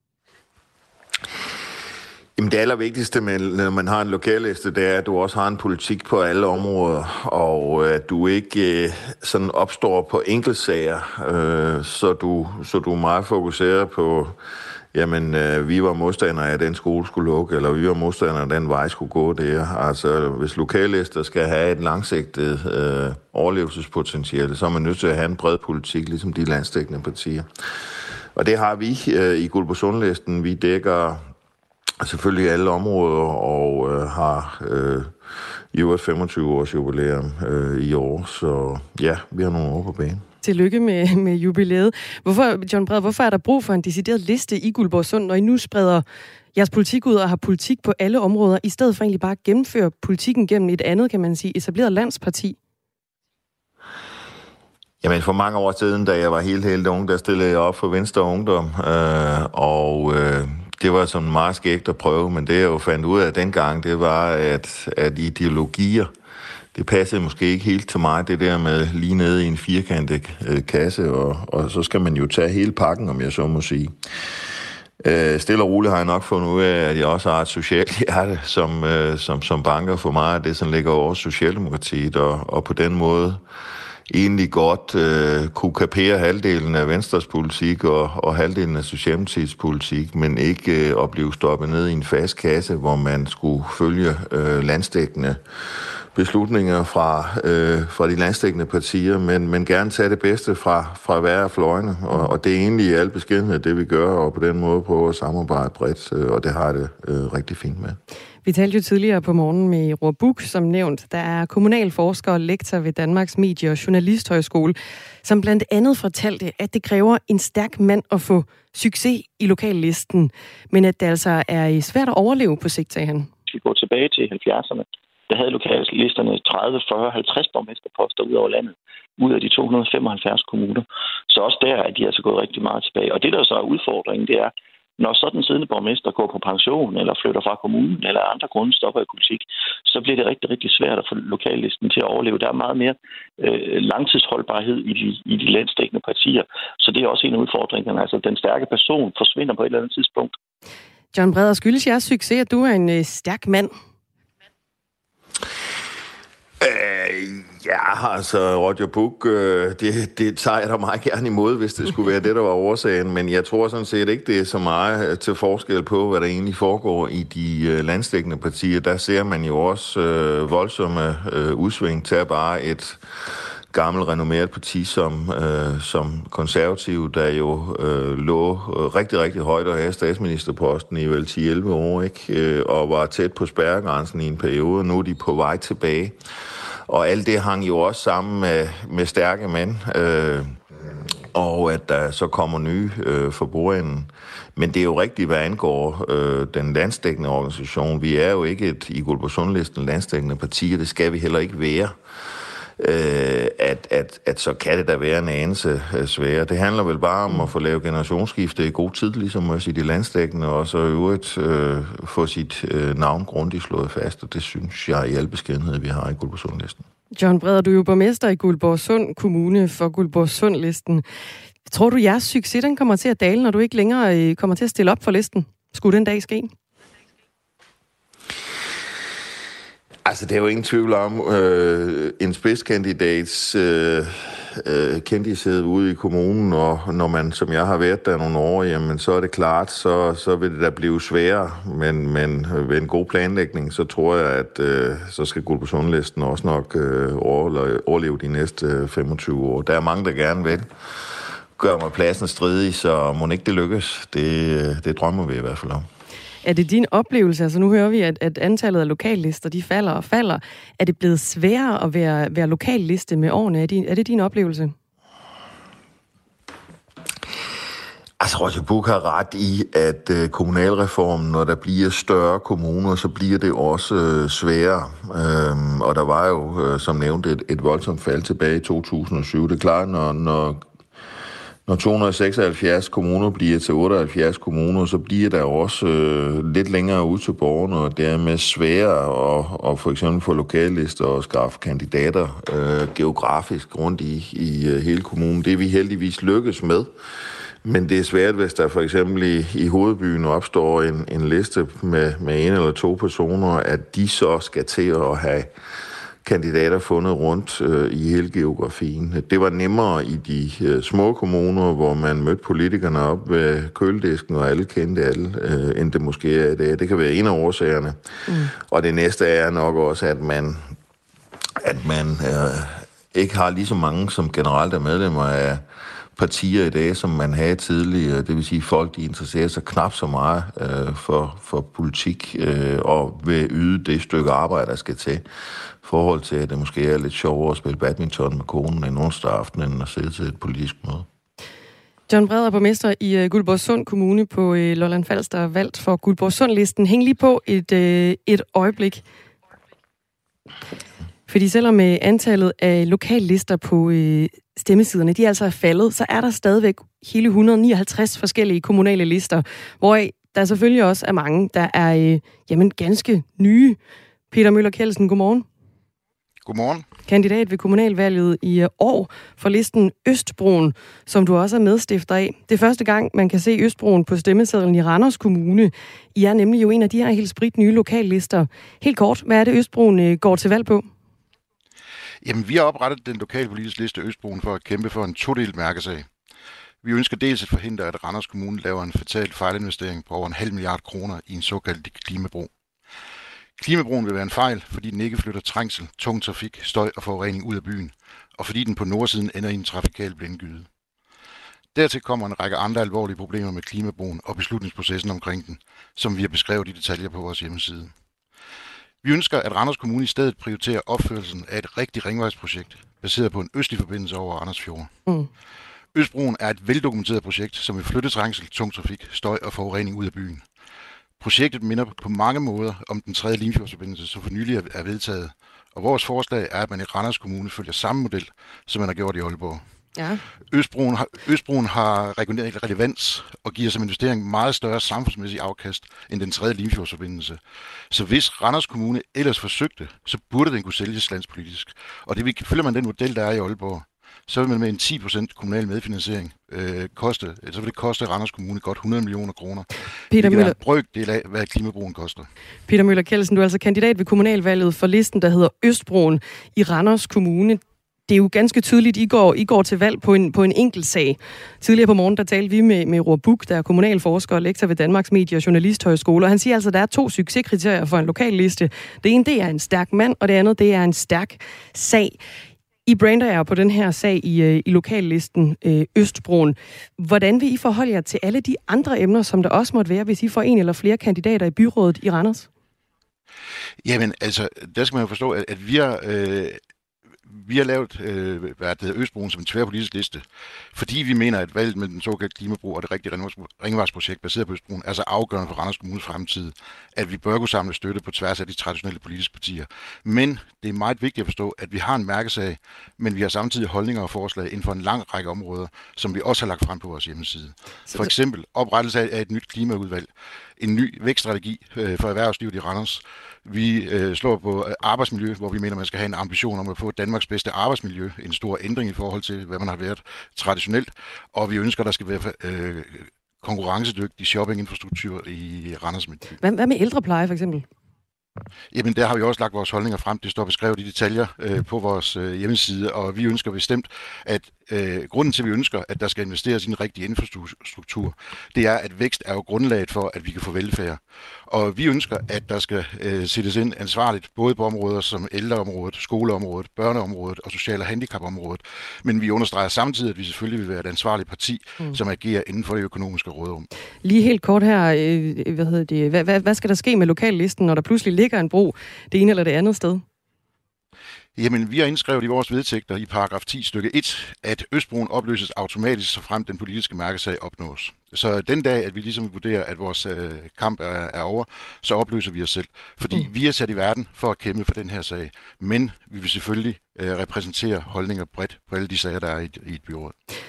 Jamen det allervigtigste, med, når man har en lokalliste, det er, at du også har en politik på alle områder, og at du ikke øh, sådan opstår på enkeltsager, øh, så, du, så du er meget fokuseret på, jamen øh, vi var modstandere af, at den skole skulle lukke, eller vi var modstandere af, at den vej skulle gå der. Altså hvis lokallister skal have et langsigtet øh, overlevelsespotentiale, så er man nødt til at have en bred politik, ligesom de landsdækkende partier. Og det har vi øh, i Guldborgsund-listen. Vi dækker selvfølgelig alle områder, og øh, har øh, i øvrigt femogtyve års jubilæum øh, i år, så ja, vi har nogle år på banen. Tillykke med, med jubilæet. Hvorfor, John Breder, hvorfor er der brug for en decideret liste i Guldborgsund, når I nu spreder jeres politik ud og har politik på alle områder, i stedet for egentlig bare at gennemføre politikken gennem et andet, kan man sige, etableret landsparti? Jamen for mange år siden, da jeg var helt, helt ung, der stillede jeg op for Venstre Ungdom, øh, og øh, det var sådan meget skægt at prøve, men det jeg jo fandt ud af dengang, det var, at, at ideologier, det passede måske ikke helt til mig, det der med lige nede i en firkantet øh, kasse, og, og så skal man jo tage hele pakken, om jeg så må sige. Øh, stille og roligt har jeg nok fundet ud af, at jeg også har et socialt hjerte, som, øh, som, som banker for mig, at det sådan ligger over Socialdemokratiet, og, og på den måde egentlig godt øh, kunne kapere halvdelen af Venstres politik og, og halvdelen af Socialdemokratiets politik, men ikke øh, at blive stoppet ned i en fast kasse, hvor man skulle følge øh, landsdækkende beslutninger fra, øh, fra de landsdækkende partier, men, men gerne tage det bedste fra, fra hver af fløjene, og, og det er egentlig i al beskedenhed det, vi gør, og på den måde prøve at samarbejde bredt, øh, og det har jeg det øh, rigtig fint med. Vi talte jo tidligere på morgen med Roar Buch, som nævnt, der er kommunalforsker og lektor ved Danmarks Medie- og Journalisthøjskole, som blandt andet fortalte, at det kræver en stærk mand at få succes i lokallisten, men at det altså er svært at overleve på sigt, sagde han. Hvis vi går tilbage til halvfjerdserne, der havde lokallisterne tredive, fyrre, halvtreds borgmesterposter ud over landet, ud af de to hundrede og femoghalvfjerds kommuner. Så også der er de altså gået rigtig meget tilbage. Og det, der så er udfordringen, det er, når sådan en siddende borgmester går på pension, eller flytter fra kommunen, eller andre grunde stopper i politik, så bliver det rigtig, rigtig svært at få lokallisten til at overleve. Der er meget mere øh, langtidsholdbarhed i de, i de landsdækkende partier. Så det er også en af udfordringerne. Altså, den stærke person forsvinder på et eller andet tidspunkt. John Breder, skyldes jeres succes, at du er en øh, stærk mand? Øh, ja, altså Roger Buch, øh, det, det tager jeg da meget gerne imod, hvis det skulle være det, der var årsagen. Men jeg tror sådan set ikke, det er så meget til forskel på, hvad der egentlig foregår i de øh, landsdækkende partier. Der ser man jo også øh, voldsomme øh, udsving til bare et gammelt renommeret parti som, øh, som konservativ, der jo øh, lå rigtig, rigtig højt og havde statsministerposten i vel ti til elleve år, ikke? Øh, og var tæt på spærregrænsen i en periode. Nu er de på vej tilbage. Og alt det hang jo også sammen med, med stærke mænd, øh, og at der så kommer nye øh, for bordenden. Men det er jo rigtigt, hvad angår øh, den landsdækkende organisation. Vi er jo ikke et i Guldborgsundlisten landsdækkende parti, og det skal vi heller ikke være. Øh, at, at, at så kan det da være en anelse øh, sværere. Det handler vel bare om at få lavet generationsskifte i god tid, ligesom også i de landsdækkende, og så i øvrigt øh, få sit øh, navn grundigt slået fast, og det synes jeg i al beskedenhed, vi har i Guldborgsundlisten. John Breder, du er jo borgmester i Guldborgsund Kommune for Guldborgsundlisten. Tror du, jeres succes den kommer til at dale, når du ikke længere øh, kommer til at stille op for listen? Skulle den dag ske? Altså, det er jo ingen tvivl om, øh, en spidskandidats øh, øh, kendished ude i kommunen, og når man, som jeg har været der nogle år, jamen, så er det klart, så, så vil det da blive sværere, men, men ved en god planlægning, så tror jeg, at øh, så skal Guldborgsundlisten også nok øh, overleve de næste femogtyve år. Der er mange, der gerne vil gøre mig pladsen stridig, så må ikke det lykkes. Det, det drømmer vi i hvert fald om. Er det din oplevelse? Altså nu hører vi, at, at antallet af lokallister, de falder og falder. Er det blevet sværere at være, være lokalliste med årene? Er det, er det din oplevelse? Altså, Roger Buch har ret i, at øh, kommunalreformen, når der bliver større kommuner, så bliver det også øh, sværere. Øhm, og der var jo, øh, som nævnt, et, et voldsomt fald tilbage i to tusind og syv. Det er klart, når... når Når to hundrede og seksoghalvfjerds kommuner bliver til otteoghalvfjerds kommuner, så bliver der også øh, lidt længere ud til borgerne, og dermed sværere at, at for eksempel få lokallister og skaffe kandidater øh, geografisk rundt i, i øh, hele kommunen. Det er vi heldigvis lykkes med, men det er svært, hvis der for eksempel i, i hovedbyen opstår en, en liste med, med en eller to personer, at de så skal til at have kandidater fundet rundt øh, i hele geografien. Det var nemmere i de øh, små kommuner, hvor man mødte politikerne op ved køledisken, og alle kendte alle, øh, end det måske er i dag. Det kan være en af årsagerne. Mm. Og det næste er nok også, at man, at man øh, ikke har lige så mange, som generelt er medlemmer af partier i dag, som man havde tidligere. Det vil sige, at folk de interesserer sig knap så meget øh, for, for politik øh, og vil yde det stykke arbejde, der skal til. Forhold til, at det måske er lidt sjovere at spille badminton med konen en onsdag aften, end at sidde til et politisk møde. John Breder, borgmester i uh, Guldborgsund Kommune på uh, Lolland Falster, valgt for Guldborgsundlisten. Hæng lige på et, uh, et øjeblik. Fordi selvom uh, antallet af lokallister på uh, stemmesiderne, de altså er faldet, så er der stadigvæk hele et hundrede og nioghalvtreds forskellige kommunale lister, hvoraf der selvfølgelig også er mange, der er uh, jamen, ganske nye. Peter Møller Kjeldsen, godmorgen. Godmorgen. Kandidat ved kommunalvalget i år for listen Østbroen, som du også er medstifter af. Det er første gang, man kan se Østbroen på stemmesedlen i Randers Kommune. I er nemlig jo en af de her helt sprit nye lokallister. Helt kort, hvad er det Østbroen går til valg på? Jamen, vi har oprettet den lokale politiske liste Østbroen for at kæmpe for en todelt mærkesag. Vi ønsker dels at forhindre, at Randers Kommune laver en fatal fejlinvestering på over en halv milliard kroner i en såkaldt klimabro. Klimabroen vil være en fejl, fordi den ikke flytter trængsel, tung trafik, støj og forurening ud af byen, og fordi den på nordsiden ender i en trafikal blindgyde. Dertil kommer en række andre alvorlige problemer med klimabroen og beslutningsprocessen omkring den, som vi har beskrevet i detaljer på vores hjemmeside. Vi ønsker, at Randers Kommune i stedet prioriterer opførelsen af et rigtigt ringvejsprojekt, baseret på en østlig forbindelse over Randers Fjord. Mm. Østbroen er et veldokumenteret projekt, som vil flytte trængsel, tung trafik, støj og forurening ud af byen. Projektet minder på mange måder om den tredje Limfjordsforbindelse, som for nylig er vedtaget. Og vores forslag er, at man i Randers Kommune følger samme model, som man har gjort i Aalborg. Ja. Østbroen har, Østbroen har regional relevans og giver som investering meget større samfundsmæssig afkast end den tredje Limfjordsforbindelse. Så hvis Randers Kommune ellers forsøgte, så burde den kunne sælges landspolitisk. Og det følger man den model, der er i Aalborg, så vil man med en ti procent kommunal medfinansiering øh, koste, så vil det koste Randers Kommune godt hundrede millioner kroner. Peter Møller. Det er en brøkdel af, hvad klimabroen koster. Peter Møller Kjeldsen, du er altså kandidat ved kommunalvalget for listen, der hedder Østbroen i Randers Kommune. Det er jo ganske tydeligt, I går, I går til valg på en, på en enkelt sag. Tidligere på morgen, der talte vi med, med Roar Buch, der er kommunalforsker og lektor ved Danmarks Medie- og Journalisthøjskole, og han siger altså, at der er to succeskriterier for en lokalliste. Det ene, det er en stærk mand, og det andet, det er en stærk sag. I brander jer på den her sag i, i lokallisten øh, Østbroen. Hvordan vil I forholde jer til alle de andre emner, som der også måtte være, hvis I får en eller flere kandidater i byrådet i Randers? Jamen, altså, der skal man jo forstå, at, at vi har... Øh Vi har lavet øh, hvad det hedder, Østbroen som en tværpolitisk liste, fordi vi mener, at valget med den såkaldte klimabro og det rigtige ringvejsprojekt baseret på Østbroen er så afgørende for Randers Kommunes fremtid, at vi bør kunne samle støtte på tværs af de traditionelle politiske partier. Men det er meget vigtigt at forstå, at vi har en mærkesag, men vi har samtidig holdninger og forslag inden for en lang række områder, som vi også har lagt frem på vores hjemmeside. For eksempel oprettelse af et nyt klimaudvalg, en ny vækststrategi øh, for erhvervslivet i Randers. Vi øh, slår på arbejdsmiljø, hvor vi mener, man skal have en ambition om at få Danmarks bedste arbejdsmiljø. En stor ændring i forhold til, hvad man har været traditionelt. Og vi ønsker, der skal være øh, konkurrencedygtig shoppinginfrastruktur i Randers Midtby. Hvad, hvad med ældrepleje for eksempel? Jamen, der har vi også lagt vores holdninger frem. Det står beskrevet i detaljer øh, på vores øh, hjemmeside, og vi ønsker bestemt, at øh, grunden til, at vi ønsker, at der skal investeres i en rigtig infrastruktur, det er, at vækst er jo grundlaget for, at vi kan få velfærd. Og vi ønsker, at der skal øh, sættes ind ansvarligt, både på områder som ældreområdet, skoleområdet, børneområdet og social- og handicapområdet. Men vi understreger samtidig, at vi selvfølgelig vil være et ansvarligt parti, mm. som agerer inden for det økonomiske råderum. Lige helt kort her, øh, hvad hedder det? Hvad, hvad, hvad skal der ske med lokallisten, når der pludselig ligger en bro det ene eller det andet sted? Jamen, vi har indskrevet i vores vedtægter i paragraf ti stykke et, at Østbroen opløses automatisk, så frem den politiske mærkesag opnås. Så den dag, at vi ligesom vurderer, at vores øh, kamp er, er over, så opløser vi os selv. Fordi mm. vi er sat i verden for at kæmpe for den her sag. Men vi vil selvfølgelig øh, repræsentere holdninger bredt på alle de sager, der er i, i et byråd.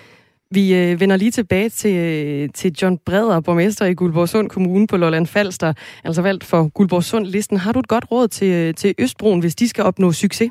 Vi øh, vender lige tilbage til, øh, til John Breder, borgmester i Guldborgsund Kommune på Lolland Falster, altså valgt for Guldborgsund-listen. Har du et godt råd til, til Østbroen, hvis de skal opnå succes?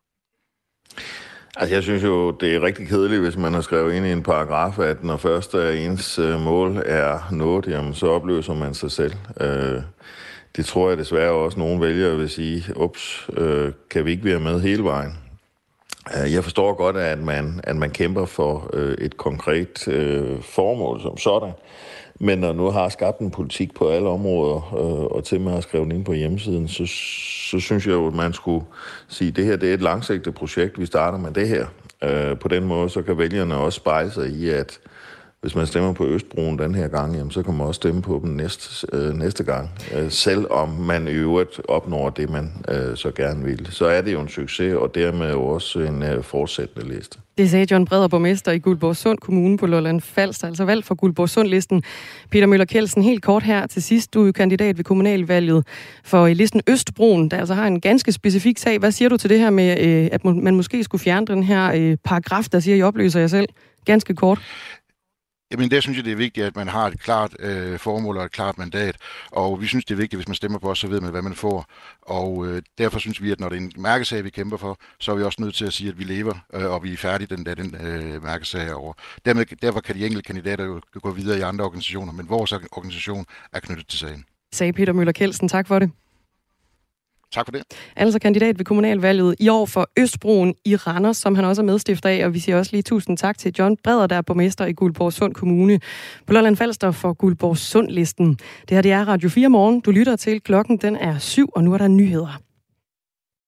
Altså, jeg synes jo, det er rigtig kedeligt, hvis man har skrevet ind i en paragraf, at når først ens mål er nået, jamen, så opløser man sig selv. Øh, det tror jeg desværre også, nogle vælgere vil sige, ups, øh, kan vi ikke være med hele vejen? Jeg forstår godt, at man, at man kæmper for øh, et konkret øh, formål som sådan. Men når nu har skabt en politik på alle områder, øh, og til med at skrive den ind på hjemmesiden, så, så synes jeg jo, at man skulle sige, at det her det er et langsigtet projekt, vi starter med det her. Øh, på den måde, så kan vælgerne også spejle sig i, at hvis man stemmer på Østbroen den her gang, jamen, så kan man også stemme på dem næste, øh, næste gang. Øh, selvom man i øvrigt opnår det, man øh, så gerne vil. Så er det jo en succes, og dermed jo også en øh, fortsættende liste. Det sagde John Breder, borgmester i Guldborgsund Kommune på Lolland Falster, altså valgt for Guldborgsund-listen. Peter Møller Kjeldsen, helt kort her til sidst. Du er kandidat ved kommunalvalget for listen Østbroen, der altså har en ganske specifik sag. Hvad siger du til det her med, at man måske skulle fjerne den her paragraf, der siger, at I opløser jer selv? Ganske kort. Jamen, der synes jeg, det er vigtigt, at man har et klart øh, formål og et klart mandat. Og vi synes, det er vigtigt, hvis man stemmer på os, så ved man, hvad man får. Og øh, derfor synes vi, at når det er en mærkesag, vi kæmper for, så er vi også nødt til at sige, at vi lever, øh, og vi er færdige den der den, øh, mærkesag over. Dermed, derfor kan de enkelte kandidater jo gå videre i andre organisationer, men vores organisation er knyttet til sagen. Sagde Peter Møller Kjeldsen. Tak for det. Tak for det. Altså kandidat ved kommunalvalget i år for Østbroen i Randers, som han også er medstifter af, og vi siger også lige tusind tak til John Breder, der er borgmester i Guldborgsund Kommune. På Lolland Falster for Guldborgsund-listen. Det her det er Radio fire morgen. Du lytter til. Klokken den er syv, og nu er der nyheder.